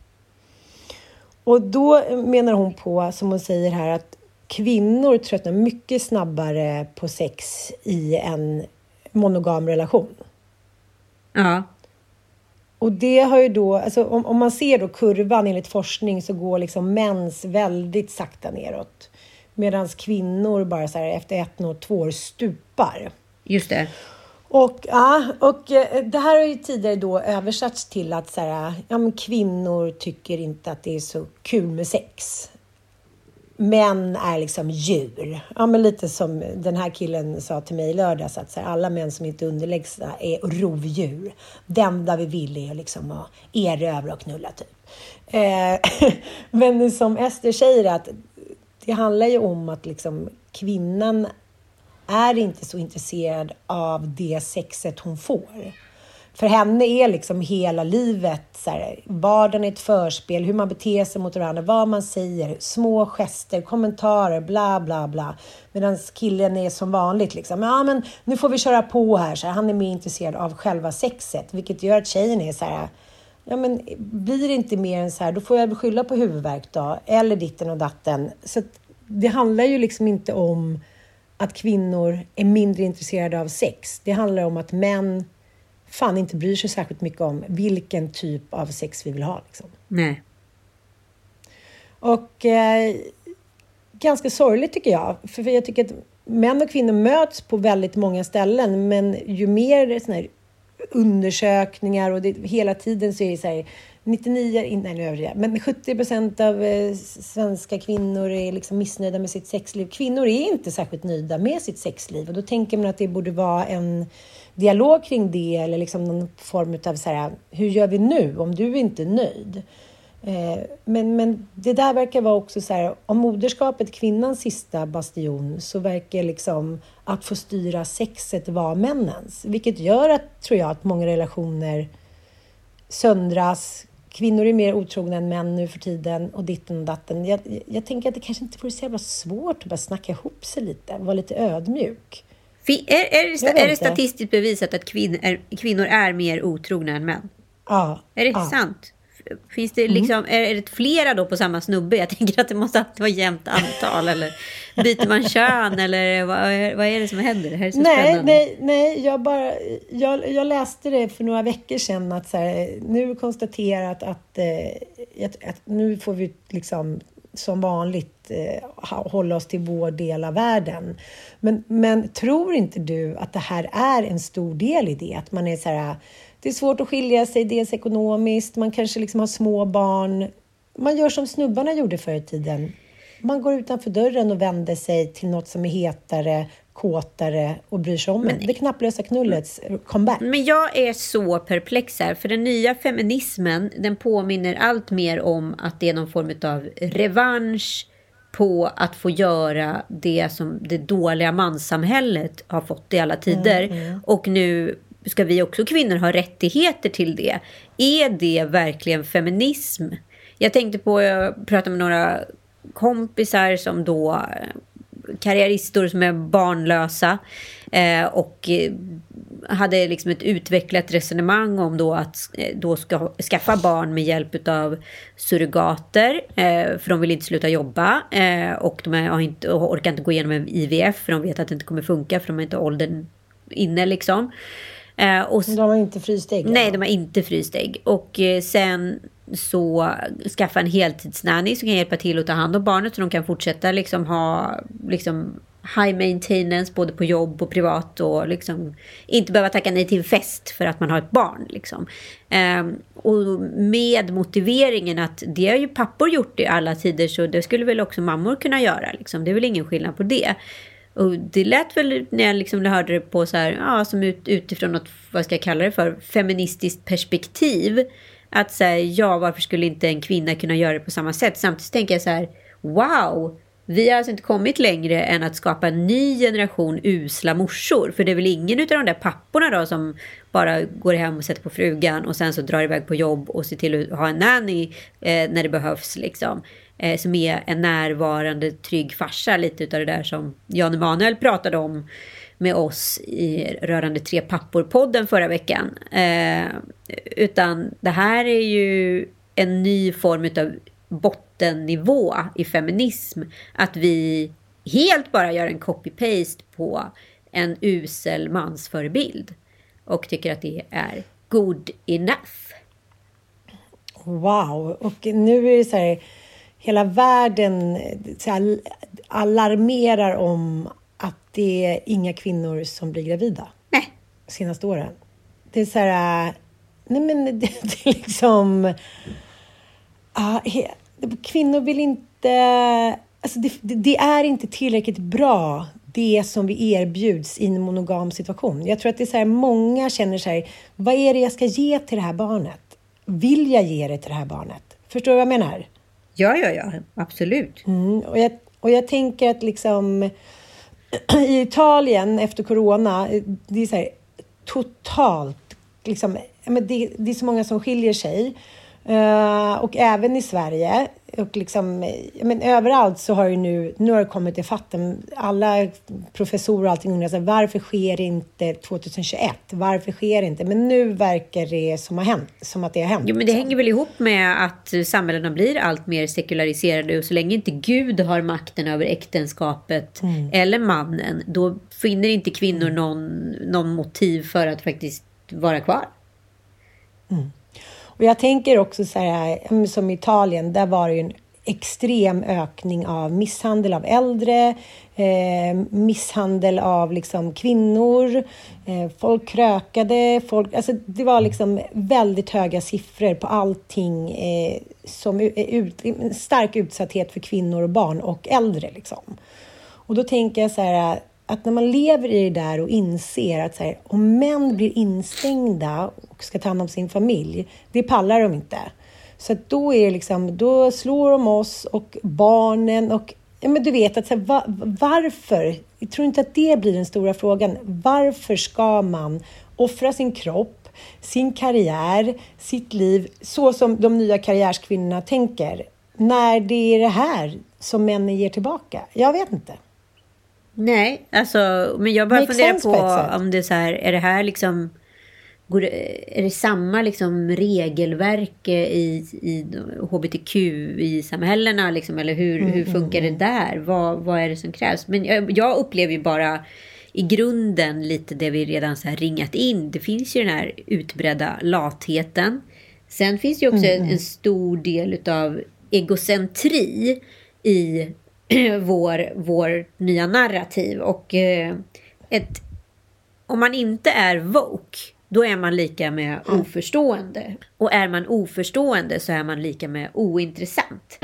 Och då menar hon på, som hon säger här, att kvinnor tröttnar mycket snabbare på sex i en monogam relation. Ja. Och det har ju då, alltså om, om man ser då kurvan enligt forskning, så går liksom mäns väldigt sakta neråt. Medan kvinnor bara så här efter ett och två år stupar. Just det. Och, ja, och det här har ju tidigare då översatts till att så här, ja, men kvinnor tycker inte att det är så kul med sex. Män är liksom djur. Ja, men lite som den här killen sa till mig i lördags, att så här, alla män som inte är underlägsna är rovdjur. Det enda vi vill är liksom att erövra och knulla typ. Eh, men som Ester säger, att det handlar ju om att liksom kvinnan är inte så intresserad av det sexet hon får. för henne är liksom hela livet så här, vardagen är ett förspel, hur man beter sig mot varandra, vad man säger, små gester, kommentarer, bla bla bla. Medan killen är som vanligt liksom, ja men nu får vi köra på här, så här, han är mer intresserad av själva sexet, vilket gör att tjejen är så här, ja men blir det inte mer än så här, då får jag skylla på huvudvärk då, eller ditten och datten. Så att det handlar ju liksom inte om att kvinnor är mindre intresserade av sex. Det handlar om att män fan inte bryr sig särskilt mycket om vilken typ av sex vi vill ha. Liksom. Nej. Och eh, ganska sorgligt tycker jag. För, för jag tycker att män och kvinnor möts på väldigt många ställen. Men ju mer såna här undersökningar och det, hela tiden så är det så här nittionio, nej nu överdriver jag, men sjuttio procent av eh, svenska kvinnor är liksom missnöjda med sitt sexliv. Kvinnor är inte särskilt nöjda med sitt sexliv och då tänker man att det borde vara en dialog kring det eller liksom någon form av så här, hur gör vi nu om du inte är nöjd? Eh, men, men det där verkar vara också så här, om moderskapet kvinnans sista bastion så verkar liksom att få styra sexet vara männens. Vilket gör att, tror jag, att många relationer söndras. Kvinnor är mer otrogna än män nu för tiden och ditten och datten. Jag, jag tänker att det kanske inte vore så jävla svårt att bara snacka ihop sig lite. Vara lite ödmjuk. Är, är, det, är det statistiskt bevisat att kvinnor är, kvinnor är mer otrogna än män? Ja. Är det ja. sant? Finns det liksom, mm. är, är det flera då på samma snubbe? Jag tänker att det måste alltid vara jämnt antal. Eller byter man kön? Eller vad, vad är det som händer? Det här är så nej, spännande. Nej, nej jag, bara, jag, jag läste det för några veckor sedan. Att så här, nu konstaterat att, eh, att, att nu får vi liksom som vanligt eh, hålla oss till vår del av världen. Men, men tror inte du att det här är en stor del i det? Att man är så här... Det är svårt att skilja sig dels ekonomiskt. Man kanske liksom har små barn. Man gör som snubbarna gjorde förr i tiden. Man går utanför dörren och vänder sig till något som är hetare, kåtare och bryr sig om men, det knapplösa knullets comeback. Men jag är så perplex här. För den nya feminismen, den påminner allt mer om att det är någon form av revansch på att få göra det som det dåliga manssamhället har fått i alla tider. Mm, mm. Och nu ska vi också kvinnor ha rättigheter till det. Är det verkligen feminism? Jag tänkte på, jag pratade med några kompisar som då karriärister som är barnlösa eh, och hade liksom ett utvecklat resonemang om då att då ska skaffa barn med hjälp av surrogater eh, för de vill inte sluta jobba eh, och de har inte, orkar inte gå igenom en I V F för de vet att det inte kommer funka för de har inte åldern inne liksom. Eh, och, de har inte fryst ägg? Nej, de har inte fryst ägg. Och eh, sen så skaffa en heltidsnanny som kan hjälpa till att ta hand om barnet så de kan fortsätta liksom ha liksom high maintenance både på jobb och privat och liksom inte behöva tacka nej till fest för att man har ett barn liksom. Eh, och med motiveringen att det har ju pappor gjort i alla tider så det skulle väl också mammor kunna göra liksom. Det är väl ingen skillnad på det. Och det lät väl när jag liksom hörde det på så här, ja, som ut, utifrån något, vad ska jag kalla det för, feministiskt perspektiv. Att säga, ja, varför skulle inte en kvinna kunna göra det på samma sätt? Samtidigt tänker jag så här, wow, vi har alltså inte kommit längre än att skapa en ny generation usla morsor. För det är väl ingen av de där papporna då som bara går hem och sätter på frugan och sen så drar iväg på jobb och ser till att ha en nanny eh, när det behövs liksom. Eh, som är en närvarande trygg farsa, lite utav det där som Jan Emanuel pratade om med oss i rörande tre pappor-podden förra veckan. Eh, utan det här är ju en ny form av bottennivå i feminism. Att vi helt bara gör en copy-paste på en usel mansförebild. Och tycker att det är good enough. Wow, och nu är det så här... Hela världen så här, alarmerar om att det är inga kvinnor som blir gravida. Nej. Senaste åren. Det är så här... Nej men det, det är liksom... Uh, he, kvinnor vill inte... Alltså det, det, det är inte tillräckligt bra det som vi erbjuds i en monogam situation. Jag tror att det är så här, många känner så här, vad är det jag ska ge till det här barnet? Vill jag ge det till det här barnet? Förstår du vad jag menar? Ja, ja, ja. Absolut. Mm, och, jag, och jag tänker att liksom i Italien efter corona, det är så här, totalt liksom, men det, det är så många som skiljer sig. Uh, och även i Sverige och liksom, men överallt så har ju nu, nu har det kommit i fatten, alla professorer och allting undrar så här, varför sker det inte tjugohundratjugoett? Varför sker det inte? Men nu verkar det som, har hänt, som att det har hänt. Jo, men det hänger väl ihop med att samhällena blir allt mer sekulariserade, och så länge inte Gud har makten över äktenskapet mm. eller mannen, då finner inte kvinnor någon, någon motiv för att faktiskt vara kvar. Mm. Och jag tänker också så här, som i Italien, där var det ju en extrem ökning av misshandel av äldre, eh, misshandel av liksom kvinnor, eh, folk krökade, folk, alltså det var liksom väldigt höga siffror på allting eh, som är ut, en stark utsatthet för kvinnor och barn och äldre liksom. Och då tänker jag så här, att när man lever i det där och inser att så här, om män blir instängda och ska ta hand om sin familj, det pallar de inte. Så att då är det liksom, då slår de oss och barnen och ja, men du vet att så här, va, varför? Jag tror inte att det blir den stora frågan. Varför ska man offra sin kropp, sin karriär, sitt liv så som de nya karriärskvinnorna tänker, när det är det här som männen ger tillbaka? Jag vet inte. Nej, alltså, men jag bara Make funderar sense på, på om det är så här, är det här liksom, går det, är det samma liksom regelverk i, i H B T Q i samhällena liksom, eller hur, mm, hur funkar mm, det där? Vad, vad är det som krävs? Men jag, jag upplever ju bara i grunden lite det vi redan så här ringat in. Det finns ju den här utbredda latheten. Sen finns ju också mm, en, en stor del av egocentri i vår, vår nya narrativ. Och eh, ett, om man inte är woke, då är man lika med oförstående. Och är man oförstående så är man lika med ointressant.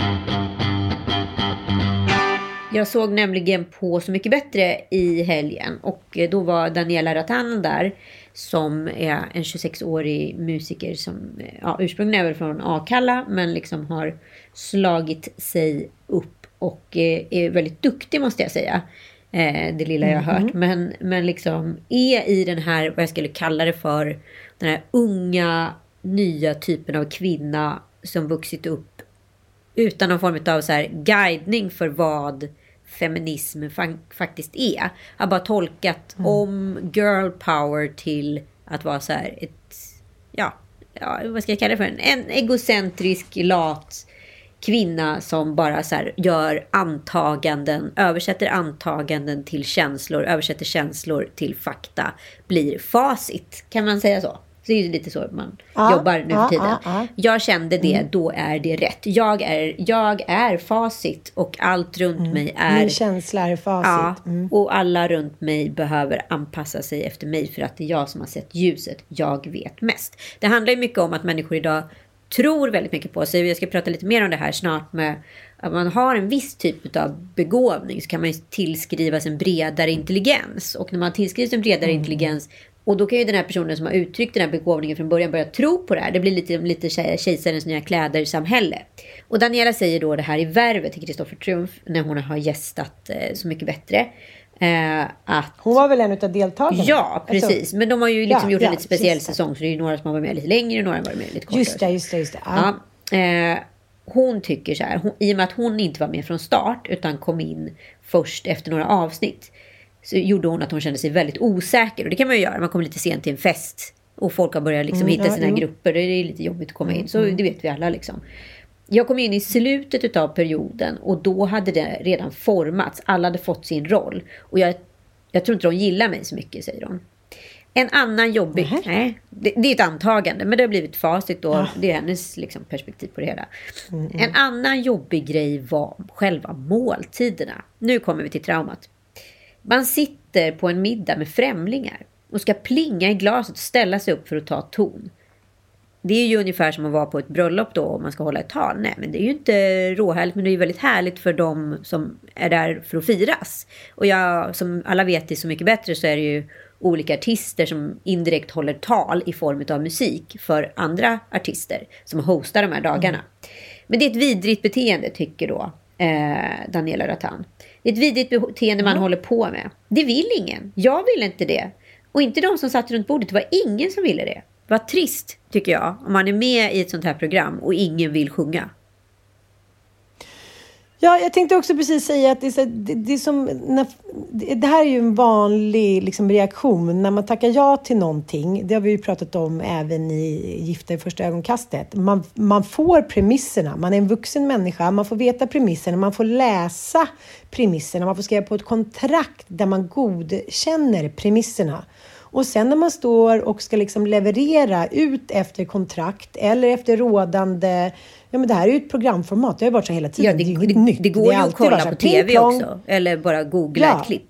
Jag såg nämligen på Så mycket bättre i helgen. Och då var Daniela Ratana där, som är en tjugosex-årig musiker som ja, ursprungligen är väl från Akalla, men liksom har slagit sig upp och eh, är väldigt duktig, måste jag säga. Eh, det lilla jag har hört. Men, men liksom är i den här, vad jag skulle kalla det för, den här unga, nya typen av kvinna som vuxit upp utan någon form av så här guidning för vad feminism fa- faktiskt är. Har bara tolkat mm. om girl power till att vara så här ett, ja, ja vad ska jag kalla det för? En, en egocentrisk, lat kvinna som bara så här gör antaganden, översätter antaganden till känslor, översätter känslor till fakta, blir facit. Kan man säga så? Så är det lite så man ah, jobbar nu för tiden. Ah, ah, ah. Jag kände det, mm. då är det rätt. Jag är, jag är facit och allt runt mm. mig är... Min känsla är facit. Ja, mm. och alla runt mig behöver anpassa sig efter mig för att det är jag som har sett ljuset. Jag vet mest. Det handlar ju mycket om att människor idag tror väldigt mycket på sig. Jag ska prata lite mer om det här snart med att man har en viss typ av begåvning så kan man ju tillskrivas en bredare intelligens. Och när man tillskrivs en bredare mm. intelligens, och då kan ju den här personen som har uttryckt den här begåvningen från början börja tro på det här. Det blir lite, lite kejsarens nya kläder samhälle. Och Daniela säger då det här i Värvet till Kristoffer Triumf när hon har gästat eh, Så mycket bättre. Eh, att... Hon var väl en av deltagarna? Ja, precis. Alltså, men de har ju liksom ja, gjort ja, en lite speciell säsong. Så det är ju några som har varit med lite längre och några har varit med lite kortare. Just det, just det, just det. Ja. Ja, eh, hon tycker så här, hon, i och med att hon inte var med från start utan kom in först efter några avsnitt, så gjorde hon att hon kände sig väldigt osäker. Och det kan man ju göra, man kommer lite sent till en fest och folk har börjat liksom mm, hitta sina ja, grupper. Det är lite jobbigt att komma in, så det vet vi alla liksom. Jag kom in i slutet av perioden och då hade det redan formats. Alla hade fått sin roll. Och jag, jag tror inte de gillar mig så mycket, säger de. En annan jobbig... Mm. Nej, det, det är ett antagande, men det har blivit facit då. Ja. Det är hennes liksom, perspektiv på det hela. Mm, mm. En annan jobbig grej var själva måltiderna. Nu kommer vi till traumat. Man sitter på en middag med främlingar och ska plinga i glaset och ställa sig upp för att ta ton. Det är ju ungefär som att vara på ett bröllop då om man ska hålla ett tal. Nej, men det är ju inte råhärligt, men det är ju väldigt härligt för dem som är där för att firas. Och jag, som alla vet, är Så mycket bättre, så är det ju olika artister som indirekt håller tal i form av musik för andra artister som hostar de här dagarna. Mm. Men det är ett vidrigt beteende, tycker då eh, Daniela Ratana. Det är ett vidrigt beteende man mm. håller på med. Det vill ingen. Jag vill inte det. Och inte de som satt runt bordet. Det var ingen som ville det. Vad trist tycker jag om man är med i ett sånt här program och ingen vill sjunga. Ja, jag tänkte också precis säga att det är, så, det, det är som när, det här är ju en vanlig liksom, reaktion när man tackar ja till någonting. Det har vi ju pratat om även i Gifta i första ögonkastet. Man, man får premisserna, man är en vuxen människa, man får veta premisserna, man får läsa premisserna, man får skriva på ett kontrakt där man godkänner premisserna. Och sen när man står och ska liksom leverera ut efter kontrakt eller efter rådande... Ja, men det här är ju ett programformat. Det har ju varit så hela tiden. Ja, det, det, är det, nytt. det går ju att kolla på tv också. Eller bara googla ja. ett klipp.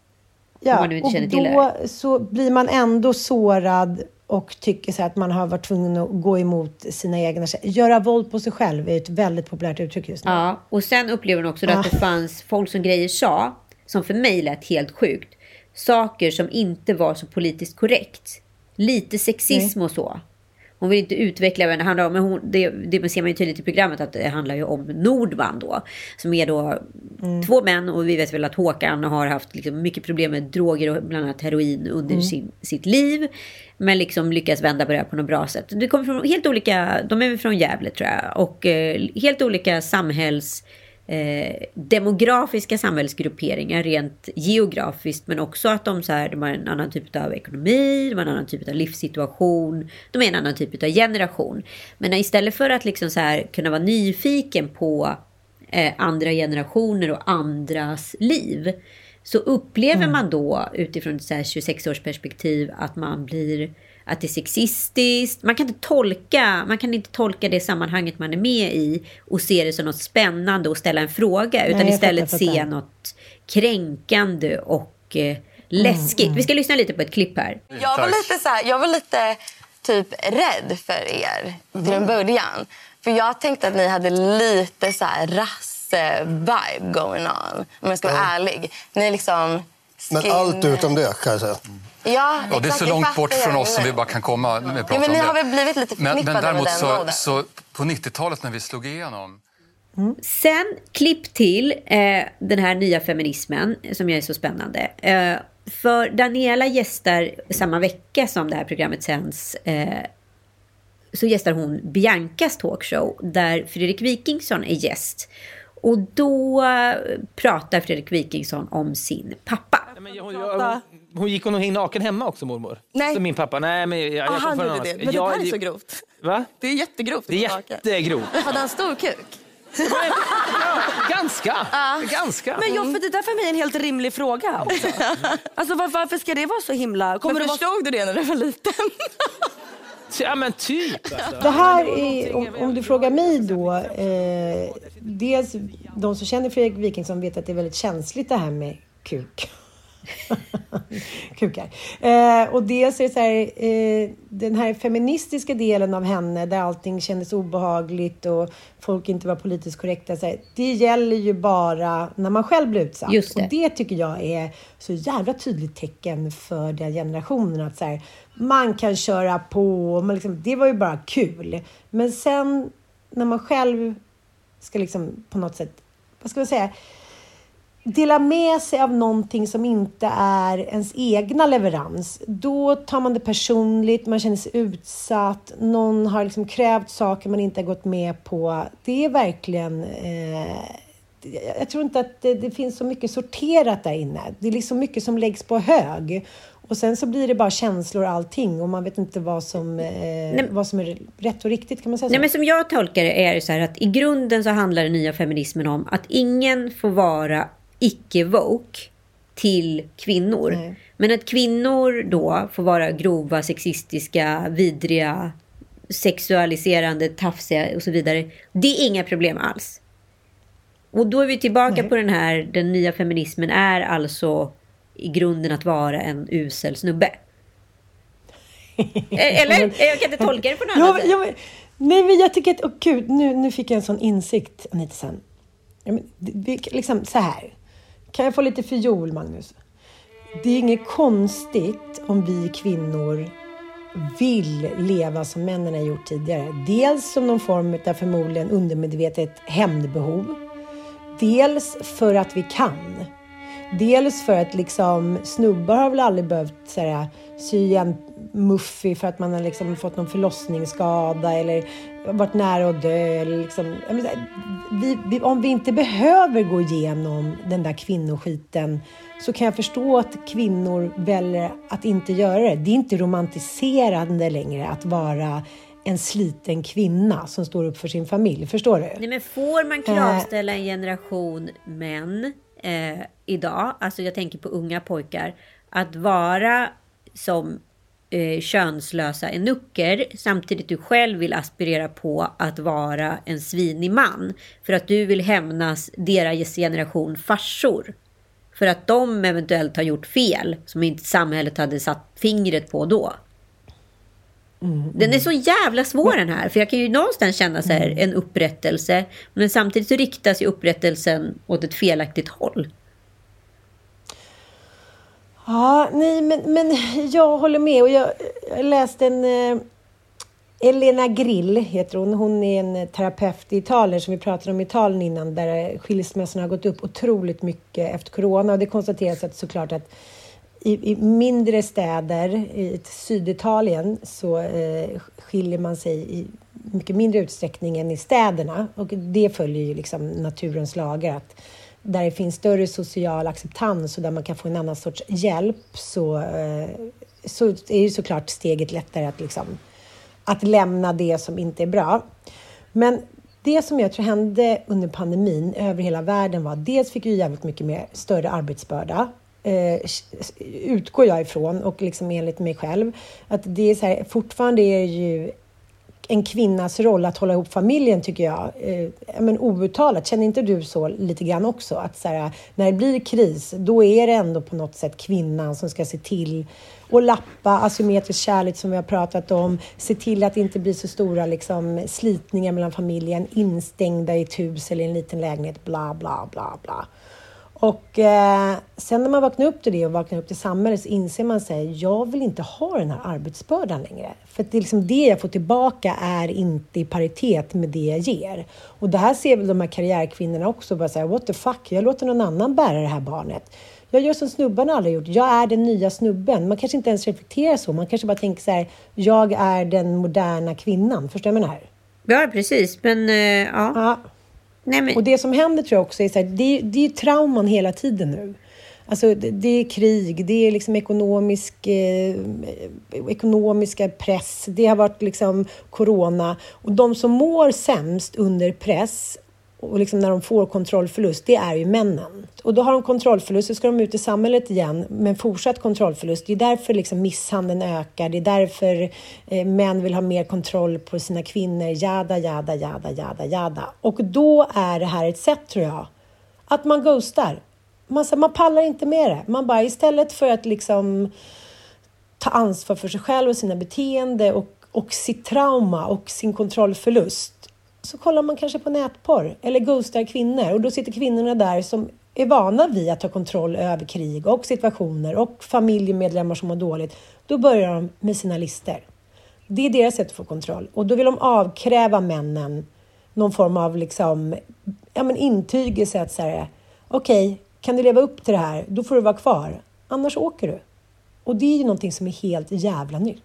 Ja, man nu inte och känner till då det. så blir man ändå sårad och tycker så att man har varit tvungen att gå emot sina egna... Göra våld på sig själv är ett väldigt populärt uttryck just nu. Ja, och sen upplever hon också ah. att det fanns folk som grejer sa, som för mig lät helt sjukt. Saker som inte var så politiskt korrekt. Lite sexism Nej. och så. Hon vill inte utveckla vad det handlar om. Men hon, det, det ser man ju tydligt i programmet att det handlar ju om Nordman då. Som är då mm. två män. Och vi vet väl att Håkan har haft liksom mycket problem med droger och bland annat heroin under mm. sin, sitt liv. Men liksom lyckas vända på det här på något bra sätt. Det kommer från helt olika, de är från Gävle tror jag. Och eh, helt olika samhälls... Eh, demografiska samhällsgrupperingar rent geografiskt, men också att de, så här, de har en annan typ av ekonomi, de har en annan typ av livssituation, de är en annan typ av generation. Men istället för att liksom så här, kunna vara nyfiken på eh, andra generationer och andras liv, så upplever mm. man då utifrån ett så här tjugosex års perspektiv att man blir att det är sexistiskt. Man kan inte tolka, man kan inte tolka det sammanhanget man är med i och se det som något spännande och ställa en fråga, utan Nej, istället fattar, fattar. se något kränkande och eh, läskigt. Mm, mm. Vi ska lyssna lite på ett klipp här. Jag var lite så här, jag var lite typ rädd för er till en början. För jag tänkte att ni hade lite så här rasse-vibe going on. Om jag ska vara mm. ärlig. Ni är liksom... Men allt utom det, kan jag säga. Ja, och det är så långt bort från oss som vi bara kan komma med prata ja, men ni om har det. väl blivit lite förknippade men, men däremot med den så, moden. så på nittiotalet när vi slog igenom... Mm. Sen klipp till eh, den här nya feminismen som jag är så spännande. Eh, för Daniela gästar samma vecka som det här programmet sänds, eh, så gästar hon Biancas talkshow där Fredrik Wikingsson är gäst. Och då pratar Fredrik Wikingsson om sin pappa. Nej, men jag, jag, hon, hon gick hon och hängde naken hemma också, mormor. Nej. Som min pappa. Nej, men jag, jag ah, han gjorde det. Men jag, det här är så grovt. Va? Det är jättegrovt. Det är jättegrovt. Hade han stor kuk? Ja, ganska. Ah. ganska. Men jag, för det där för mig är en helt rimlig fråga också. Alltså var, varför ska det vara så himla... Kommer du förstod vara... du det när du var liten? Ja, men typ. Alltså. Det här är, om, om du frågar mig då, eh, dels de som känner Fredrik Wikingsson vet att det är väldigt känsligt det här med kuk. Kukar. Eh, och dels är det så här, eh, den här feministiska delen av henne där allting kändes obehagligt och folk inte var politiskt korrekta. Så här, det gäller ju bara när man själv blir utsatt. Just det. Och det tycker jag är så jävla tydligt tecken för den generationen att så här, man kan köra på. Man liksom, det var ju bara kul. Men sen när man själv ska liksom på något sätt, vad ska man säga, dela med sig av någonting som inte är ens egna leverans. Då tar man det personligt, man känner sig utsatt. Någon har liksom krävt saker man inte har gått med på. Det är verkligen... Eh, jag tror inte att det, det finns så mycket sorterat där inne. Det är liksom mycket som läggs på hög. Och sen så blir det bara känslor och allting. Och man vet inte vad som, eh, Nej, vad som är rätt och riktigt, kan man säga så? Nej, men som jag tolkar det är det så här att i grunden så handlar den nya feminismen om att ingen får vara icke-woke till kvinnor. Nej. Men att kvinnor då får vara grova, sexistiska, vidriga, sexualiserande, tafsiga och så vidare. Det är inga problem alls. Och då är vi tillbaka Nej. på den här, den nya feminismen är alltså i grunden att vara en usel snubbe. Eller? Jag kan inte tolka det på något annat sätt. Ja, nej, men jag tycker att, åh gud, nu, nu fick jag en sån insikt, Anita sen. Ja, men, det, liksom så här. Kan jag få lite fiol, Magnus? Det är inget konstigt om vi kvinnor vill leva som männen har gjort tidigare. Dels som någon form av förmodligen undermedvetet hämndbehov. Dels för att vi kan. Dels för att liksom snubbar har väl aldrig behövt så här, sy igen muffig för att man har liksom fått någon förlossningsskada eller varit nära att dö. Eller liksom, jag menar, vi, vi, om vi inte behöver gå igenom den där kvinnoskiten så kan jag förstå att kvinnor väljer att inte göra det. Det är inte romantiserande längre att vara en sliten kvinna som står upp för sin familj. Förstår du? Nej, men får man kravställa en generation män eh, idag, alltså jag tänker på unga pojkar, att vara som eh, könslösa enucker samtidigt du själv vill aspirera på att vara en svinig man för att du vill hämnas deras generation farsor för att de eventuellt har gjort fel som inte samhället hade satt fingret på då. Mm, mm. Den är så jävla svår den här, för jag kan ju någonstans känna så här, en upprättelse, men samtidigt så riktas ju upprättelsen åt ett felaktigt håll. Ja, nej, men, men jag håller med. Och jag, jag läste en eh, Elena Grill heter hon. Hon är en terapeut i Italien som vi pratade om i Italien innan, där skilsmässorna har gått upp otroligt mycket efter corona. Och det konstateras att såklart att i, i mindre städer i Syditalien så eh, skiljer man sig i mycket mindre utsträckning än i städerna. Och det följer ju liksom naturens lagar, att där det finns större social acceptans och där man kan få en annan sorts hjälp, så, eh, så är ju såklart steget lättare att, liksom, att lämna det som inte är bra. Men det som jag tror hände under pandemin över hela världen var, dels fick ju jävligt mycket mer större arbetsbörda. Eh, utgår jag ifrån, och liksom enligt mig själv, att det är så här, fortfarande är det ju en kvinnas roll att hålla ihop familjen, tycker jag. Eh, men outtalat, känner inte du så lite grann också? Att så här, när det blir kris, då är det ändå på något sätt kvinnan som ska se till och lappa asymmetrisk kärlek som vi har pratat om. Se till att det inte blir så stora liksom, slitningar mellan familjen, instängda i ett hus eller en liten lägenhet, bla bla bla bla. Och eh, sen när man vaknar upp till det och vaknar upp till samhället, så inser man sig, jag vill inte ha den här arbetsbördan längre. För att det, är liksom det jag får tillbaka är inte i paritet med det jag ger. Och det här ser väl de här karriärkvinnorna också, bara säga, what the fuck, jag låter någon annan bära det här barnet. Jag gör som snubben aldrig gjort, jag är den nya snubben. Man kanske inte ens reflekterar så, man kanske bara tänker så här, jag är den moderna kvinnan, förstår du vad jag menar? Ja, precis, men uh, ja... ja. Nej, men... Och det som händer tror jag också är så här, det, det är trauman hela tiden nu. Alltså det, det är krig, det är liksom ekonomisk, eh, ekonomiska press, det har varit liksom corona. Och de som mår sämst under press och liksom när de får kontrollförlust, det är ju männen. Och då har de kontrollförlust, så ska de ut i samhället igen, men fortsatt kontrollförlust. Det är därför liksom misshandeln ökar, det är därför eh, män vill ha mer kontroll på sina kvinnor, jada, jada, jada, jada, jada. Och då är det här ett sätt, tror jag, att man ghostar. Man, man pallar inte med det. Man bara, istället för att liksom ta ansvar för sig själv och sina beteende och, och sitt trauma och sin kontrollförlust, så kollar man kanske på nätporr eller ghostar kvinnor. Och då sitter kvinnorna där som är vana vid att ta kontroll över krig och situationer och familjemedlemmar som mår dåligt. Då börjar de med sina lister. Det är deras sätt att få kontroll. Och då vill de avkräva männen någon form av liksom, ja, men intygelse att säga, okej, okay, kan du leva upp till det här? Då får du vara kvar. Annars åker du. Och det är ju någonting som är helt jävla nytt.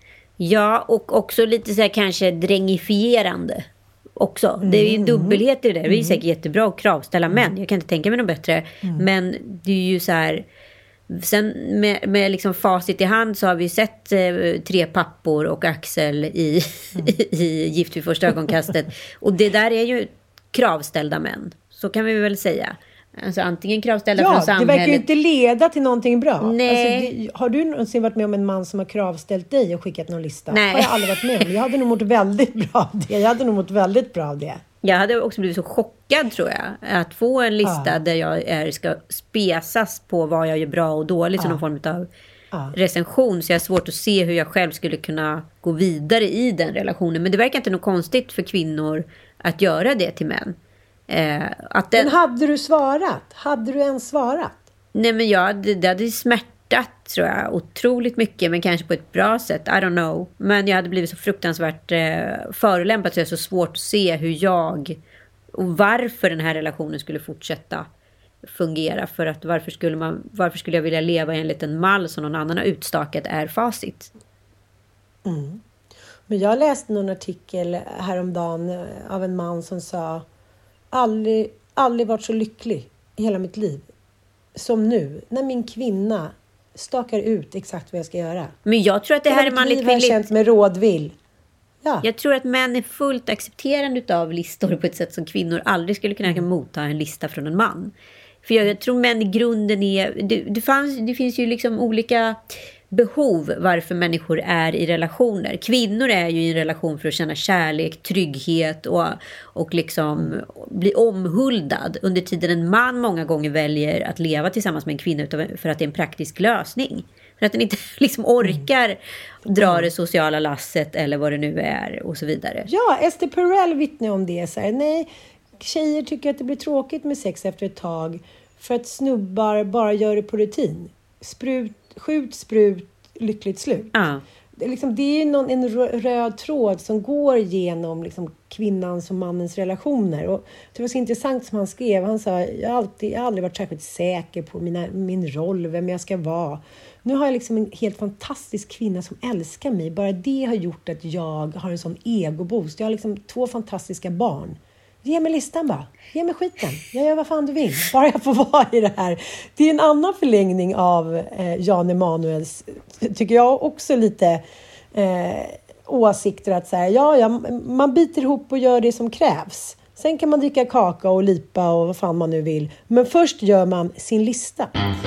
Ja, och också lite så här kanske dränifierande. Också. Mm, det är ju en dubbelhet i det. Det är ju säkert jättebra att kravställa mm. män. Jag kan inte tänka mig något bättre. Mm. Men det är ju så här... Sen med, med liksom facit i hand så har vi sett eh, tre pappor och Axel i, mm. i Gift vid första ögonkastet. Och det där är ju kravställda män. Så kan vi väl säga. Alltså antingen kravställda ja, från samhället. Det verkar ju inte leda till någonting bra. Nej. Alltså, det, har du någonsin varit med om en man som har kravställt dig och skickat någon lista? Nej. Har jag aldrig varit med om. Jag hade nog mått väldigt bra av det. Jag hade nog mått väldigt bra av det. Jag hade också blivit så chockad, tror jag, att få en lista ja. där jag är, ska spesas på vad jag gör bra och dåligt, ja. som någon form av ja. recension. Så jag har svårt att se hur jag själv skulle kunna gå vidare i den relationen. Men det verkar inte något konstigt för kvinnor att göra det till män. Eh, att den... Men hade du svarat? Hade du ens svarat? Nej, men jag, det, det hade smärtat, tror jag, otroligt mycket, men kanske på ett bra sätt, I don't know. Men jag hade blivit så fruktansvärt eh, förolämpad, så det är så svårt att se hur jag och varför den här relationen skulle fortsätta fungera. För att varför skulle, man, varför skulle jag vilja leva enligt en mall som någon annan har utstakat är facit? Mm. Men jag läste någon artikel häromdagen av en man som sa aldrig, aldrig varit så lycklig i hela mitt liv som nu, när min kvinna stakar ut exakt vad jag ska göra. Men jag tror att det här är manligt kvinnligt. Jag har känt med rådvill. Ja. Jag tror att män är fullt accepterande av listor på ett sätt som kvinnor aldrig skulle kunna mm. motta en lista från en man. För jag, jag tror män i grunden är... Det, det, fanns, det finns ju liksom olika behov varför människor är i relationer. Kvinnor är ju i en relation för att känna kärlek, trygghet och, och liksom bli omhuldad. Under tiden en man många gånger väljer att leva tillsammans med en kvinna för att det är en praktisk lösning. För att den inte liksom orkar mm. dra det sociala lasset eller vad det nu är och så vidare. Ja, Esther Perel vittnar om det. Så här, nej, tjejer tycker att det blir tråkigt med sex efter ett tag för att snubbar bara gör det på rutin. Sprut, skjut, sprut, lyckligt slut. Ja. Det, är liksom, det är någon, en röd tråd som går genom liksom, kvinnans och mannens relationer. Och det var så intressant som han skrev. Han sa, jag har, alltid, jag har aldrig varit särskilt säker på mina, min roll, vem jag ska vara. Nu har jag liksom en helt fantastisk kvinna som älskar mig. Bara det har gjort att jag har en sån egoboost. Jag har liksom två fantastiska barn. Ge mig listan bara. Ge mig skiten. Jag gör vad fan du vill. Bara jag får vara i det här. Det är en annan förlängning av eh, Jan Emanuels, tycker jag också lite eh, åsikter att säga, ja, ja, man biter ihop och gör det som krävs. Sen kan man dricka kaka och lipa och vad fan man nu vill. Men först gör man sin lista.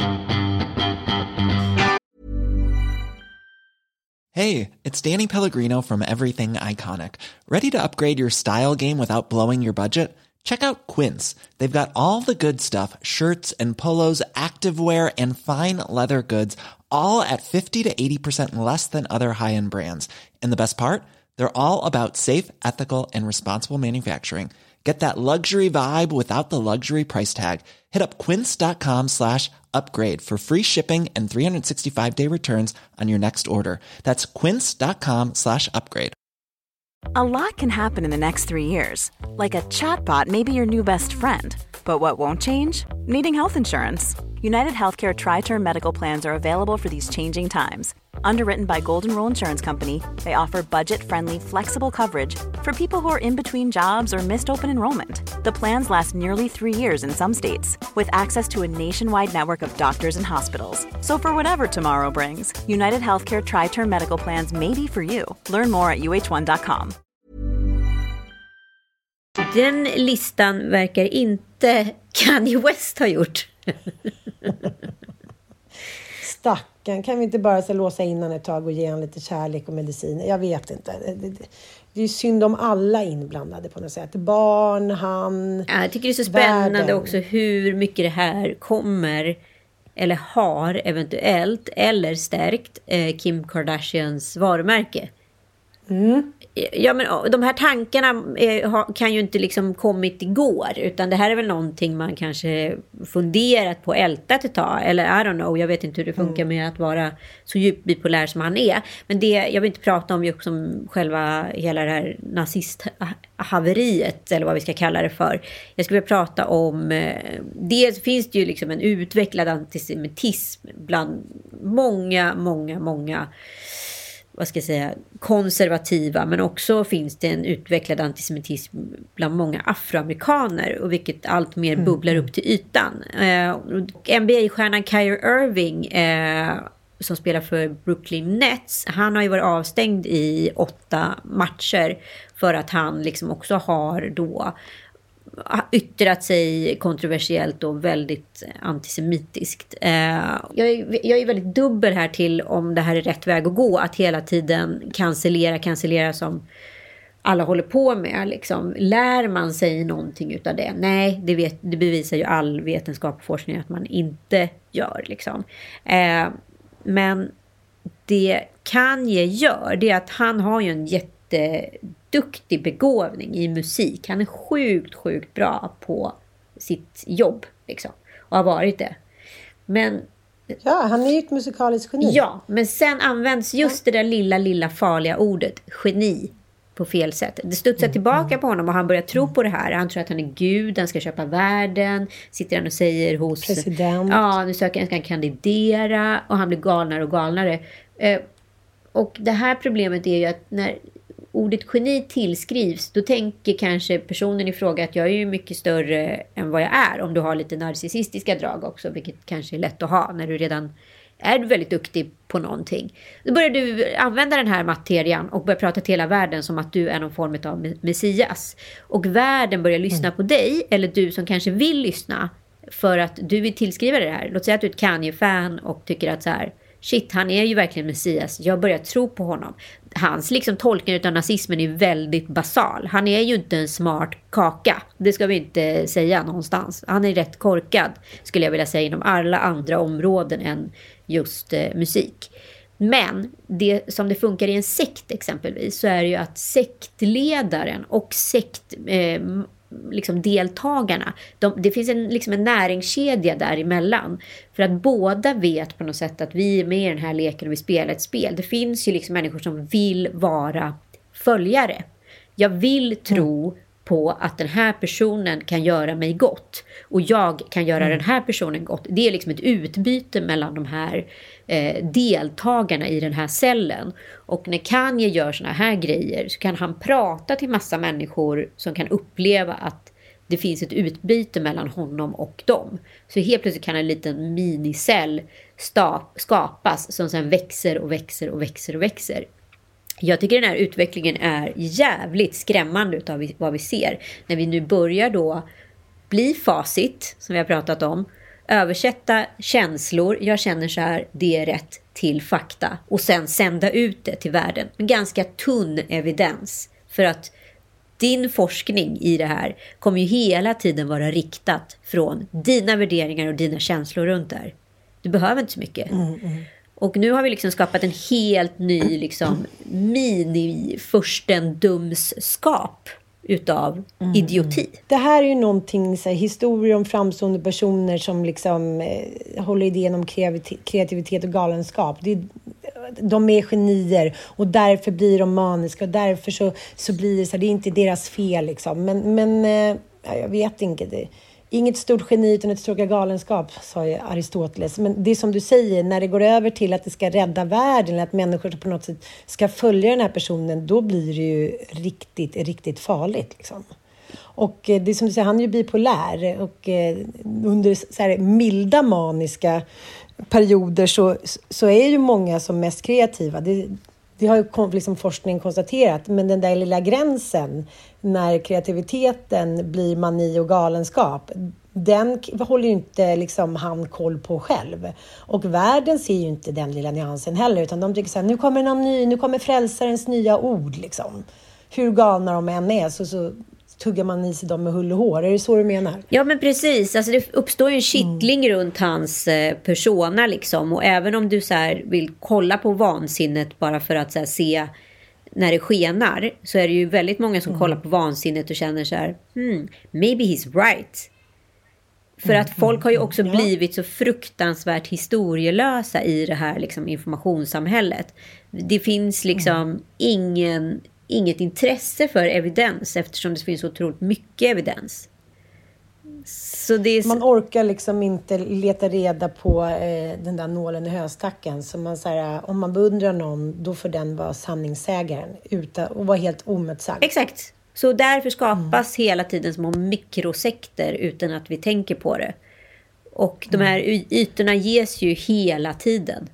Hey, it's Danny Pellegrino from Everything Iconic. Ready to upgrade your style game without blowing your budget? Check out Quince. They've got all the good stuff, shirts and polos, activewear and fine leather goods, all at fifty to eighty percent less than other high-end brands. And the best part? They're all about safe, ethical and responsible manufacturing. Get that luxury vibe without the luxury price tag. Hit up quince.com slash upgrade for free shipping and three sixty-five day returns on your next order. That's quince.com slash upgrade. A lot can happen in the next three years. Like a chatbot may be your new best friend. But what won't change? Needing health insurance. United Healthcare Tri-Term Medical Plans are available for these changing times. Underwritten by Golden Rule Insurance Company, they offer budget-friendly, flexible coverage for people who are in between jobs or missed open enrollment. The plans last nearly three years in some states, with access to a nationwide network of doctors and hospitals. So for whatever tomorrow brings, United Healthcare Tri-Term Medical Plans may be for you. Learn more at u h one dot com. Den listan verkar inte Kanye West ha gjort. Stackarn, kan vi inte bara så låsa in han ett tag och ge han lite kärlek och medicin? Jag vet inte. Det, det, det är ju synd om alla inblandade på något sätt. Barn, han, ja, jag tycker det är så spännande världen. Också hur mycket det här kommer eller har eventuellt eller stärkt eh, Kim Kardashians varumärke. Mm. Ja, men de här tankarna är, kan ju inte liksom kommit igår, utan det här är väl någonting man kanske funderat på, ältat ett tag, eller I don't know, jag vet inte hur det funkar med att vara så djupt bipolär som han är, men det, jag vill inte prata om just som själva hela det här nazisthaveriet eller vad vi ska kalla det för. Jag skulle vilja prata om det finns det ju liksom en utvecklad antisemitism bland många, många, många vad ska jag säga, konservativa, men också finns det en utvecklad antisemitism bland många afroamerikaner, och vilket allt mer mm. bubblar upp till ytan. Eh, N B A-stjärnan Kyrie Irving eh, som spelar för Brooklyn Nets, han har ju varit avstängd i åtta matcher för att han liksom också har då yttrat sig kontroversiellt och väldigt antisemitiskt. Eh, jag, är, jag är väldigt dubbel här till om det här är rätt väg att gå, att hela tiden cancellera, cancellera som alla håller på med. Liksom. Lär man sig någonting utav det? Nej, det, vet, det bevisar ju all vetenskap och forskning att man inte gör. Liksom. Eh, men det Kanye gör, det är att han har ju en jätte duktig begåvning i musik. Han är sjukt, sjukt bra på sitt jobb. Liksom, och har varit det. Men ja, han är ju ett musikaliskt geni. Ja, men sen används just det där lilla, lilla farliga ordet geni på fel sätt. Det studsar mm. tillbaka på honom och han börjar tro på det här. Han tror att han är Gud, han ska köpa världen. Sitter han och säger hos president. Ja, nu söker han, ska han kandidera, och han blir galnare och galnare. Eh, och det här problemet är ju att när ordet geni tillskrivs, då tänker kanske personen i fråga att jag är ju mycket större än vad jag är, om du har lite narcissistiska drag också, vilket kanske är lätt att ha när du redan är väldigt duktig på någonting. Då börjar du använda den här materian och börjar prata till hela världen som att du är någon form av messias. Och världen börjar lyssna mm. på dig, eller du som kanske vill lyssna för att du vill tillskriva det här. Låt säga att du är ett Kanye-fan och tycker att så här, shit, han är ju verkligen messias. Jag börjar tro på honom. Hans liksom tolkning av nazismen är väldigt basal. Han är ju inte en smart kaka. Det ska vi inte säga någonstans. Han är rätt korkad, skulle jag vilja säga, inom alla andra områden än just eh, musik. Men det som det funkar i en sekt exempelvis, så är det ju att sektledaren och sekt... Eh, liksom deltagarna, de, det finns en, liksom en näringskedja däremellan, för att båda vet på något sätt att vi är med i den här leken och vi spelar ett spel. Det finns ju liksom människor som vill vara följare. Jag vill tro mm. på att den här personen kan göra mig gott och jag kan göra mm. den här personen gott. Det är liksom ett utbyte mellan de här eh, deltagarna i den här cellen. Och när Kanye gör såna här grejer så kan han prata till massa människor som kan uppleva att det finns ett utbyte mellan honom och dem. Så helt plötsligt kan en liten minicell sta- skapas som sen växer och växer och växer och växer. Jag tycker den här utvecklingen är jävligt skrämmande utav vad vi ser. När vi nu börjar då bli facit, som vi har pratat om. Översätta känslor, jag känner så här, det är rätt, till fakta. Och sen sända ut det till världen. Med ganska tunn evidens. För att din forskning i det här kommer ju hela tiden vara riktat från dina värderingar och dina känslor runt där. Du behöver inte så mycket. Mm, mm. Och nu har vi liksom skapat en helt ny liksom mini-furstendumsskap utav mm. idioti. Det här är ju någonting, så här, historier om framstående personer som liksom eh, håller idén om kreativitet och galenskap. Det, de är genier och därför blir de maniska och därför så, så blir det så här, det är inte deras fel liksom. Men, men eh, jag vet inte det. Inget stort geni utan ett stort galenskap, sa ju Aristoteles. Men det är som du säger, när det går över till att det ska rädda världen eller att människor på något sätt ska följa den här personen, då blir det ju riktigt, riktigt farligt. Liksom. Och det är som du säger, han är ju bipolär och under så här milda maniska perioder så, så är ju många som mest kreativa. Det, det har ju liksom forskning konstaterat, men den där lilla gränsen när kreativiteten blir mani och galenskap, den håller ju inte liksom han koll på själv. Och världen ser ju inte den lilla nyansen heller, utan de tycker så här, nu kommer någon ny, nu kommer frälsarens nya ord liksom. Hur galna de än är så, så tuggar man i sig dem med hull och hår. Är det så du menar? Ja, men precis. Alltså det uppstår ju en kittling mm. runt hans eh, persona liksom. Och även om du så här vill kolla på vansinnet bara för att så här, se när det skenar, så är det ju väldigt många som mm. kollar på vansinnet och känner så här, hmm, maybe he's right. För mm. att folk har ju också mm. blivit så fruktansvärt historielösa i det här liksom, informationssamhället. Det finns liksom mm. ingen... inget intresse för evidens eftersom det finns så otroligt mycket evidens. Så det är... Man orkar liksom inte leta reda på eh, den där nålen i höstacken. Så man, så här, om man beundrar någon, då får den vara sanningssägaren utan, och vara helt omotsagd. Exakt. Så därför skapas mm. hela tiden små mikrosekter utan att vi tänker på det. Och de här mm. ytorna ges ju hela tiden.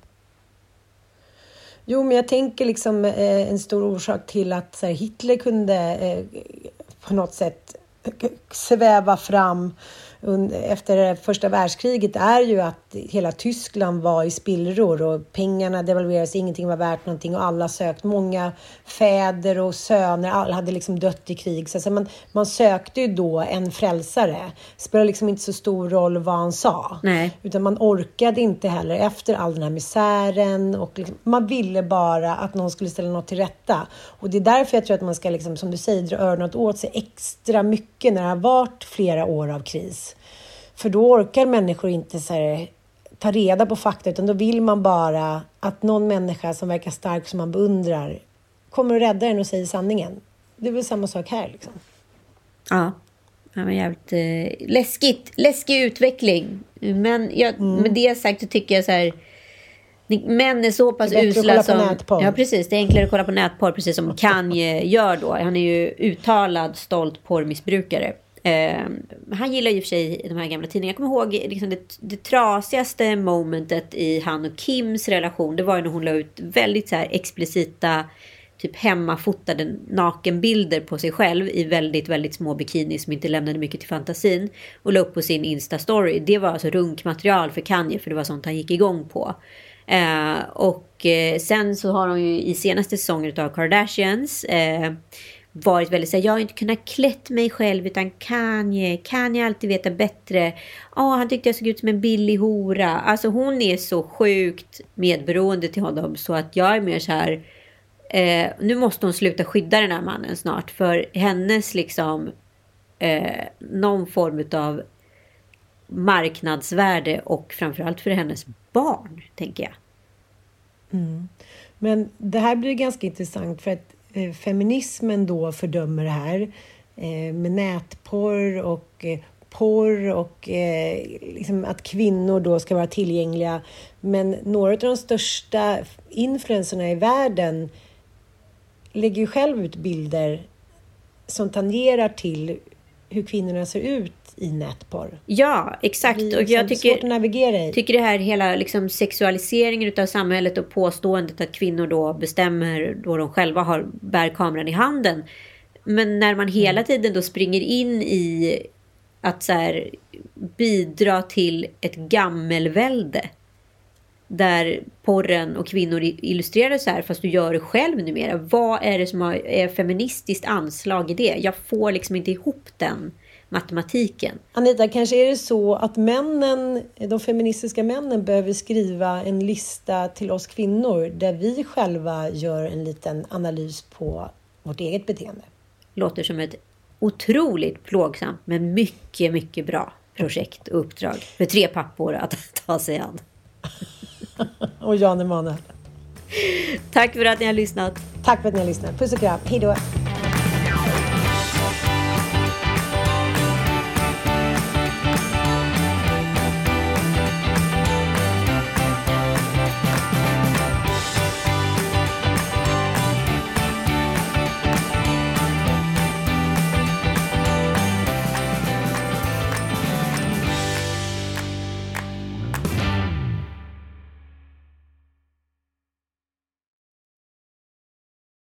Jo, men jag tänker liksom eh, en stor orsak till att så här, Hitler kunde eh, på något sätt sväva fram efter första världskriget är ju att hela Tyskland var i spillror och pengarna devalverades, ingenting var värt någonting och alla sökte, många fäder och söner, alla hade liksom dött i krig. Så alltså man, man sökte ju då en frälsare. Det spelade liksom inte så stor roll vad han sa. Nej. Utan man orkade inte heller efter all den här misären och liksom, man ville bara att någon skulle ställa något till rätta. Och det är därför jag tror att man ska liksom, som du säger, dra öronen åt sig extra mycket när det har varit flera år av kris. För då orkar människor inte så här, ta reda på fakta, utan då vill man bara att någon människa som verkar stark som man beundrar kommer att rädda den och säger sanningen. Det är väl samma sak här liksom. Ja, ja men jävligt eh, läskigt, läskig utveckling. Men jag, mm. med det sagt så tycker jag så här, Män är så pass det är usla som... nätporr. Ja, precis. Det är enklare att kolla på nätporr, precis som Kanye gör då. Han är ju uttalad, stolt porrmissbrukare. Eh, han gillar ju för sig de här gamla tidningarna. Jag kommer ihåg liksom det, det trasigaste momentet i han och Kims relation. Det var ju när hon la ut väldigt så här explicita, typ hemmafotade nakenbilder på sig själv i väldigt, väldigt små bikini som inte lämnade mycket till fantasin. Och la upp på sin Insta-story. Det var alltså runkmaterial för Kanye, för det var sånt han gick igång på. Eh, och eh, sen så har hon ju i senaste säsongen av Kardashians eh, varit väldigt så här, jag har inte kunnat klätt mig själv utan Kanye, Kanye alltid veta bättre. Ja, oh, han tyckte jag såg ut som en billig hora. Alltså hon är så sjukt medberoende till honom så att jag är mer så här, eh, nu måste hon sluta skydda den här mannen snart, för hennes liksom eh, någon form av marknadsvärde och framförallt för hennes barn, tänker jag. Mm. Men det här blir ganska intressant för att eh, feminismen då fördömer det här eh, med nätporr och eh, porr och eh, liksom att kvinnor då ska vara tillgängliga. Men några av de största influencerna i världen lägger ju själv ut bilder som tangerar till hur kvinnorna ser ut i nätporr. Ja, exakt. Det och jag tycker, svårt att navigera i. tycker det här hela liksom sexualiseringen av samhället och påståendet att kvinnor då bestämmer då de själva har, bär kameran i handen. Men när man hela tiden då springer in i att så här, bidra till ett gammelvälde där porren och kvinnor illustrerar så här, fast du gör det själv numera. Vad är det som är feministiskt anslag i det? Jag får liksom inte ihop den matematiken. Anita, kanske är det så att männen, de feministiska männen behöver skriva en lista till oss kvinnor där vi själva gör en liten analys på vårt eget beteende. Låter som ett otroligt plågsamt men mycket, mycket bra projekt och uppdrag för tre pappor att ta sig an. Och Jan Emanuel. Tack för att ni har lyssnat. Tack för att ni har lyssnat. Puss och kram. Hej då.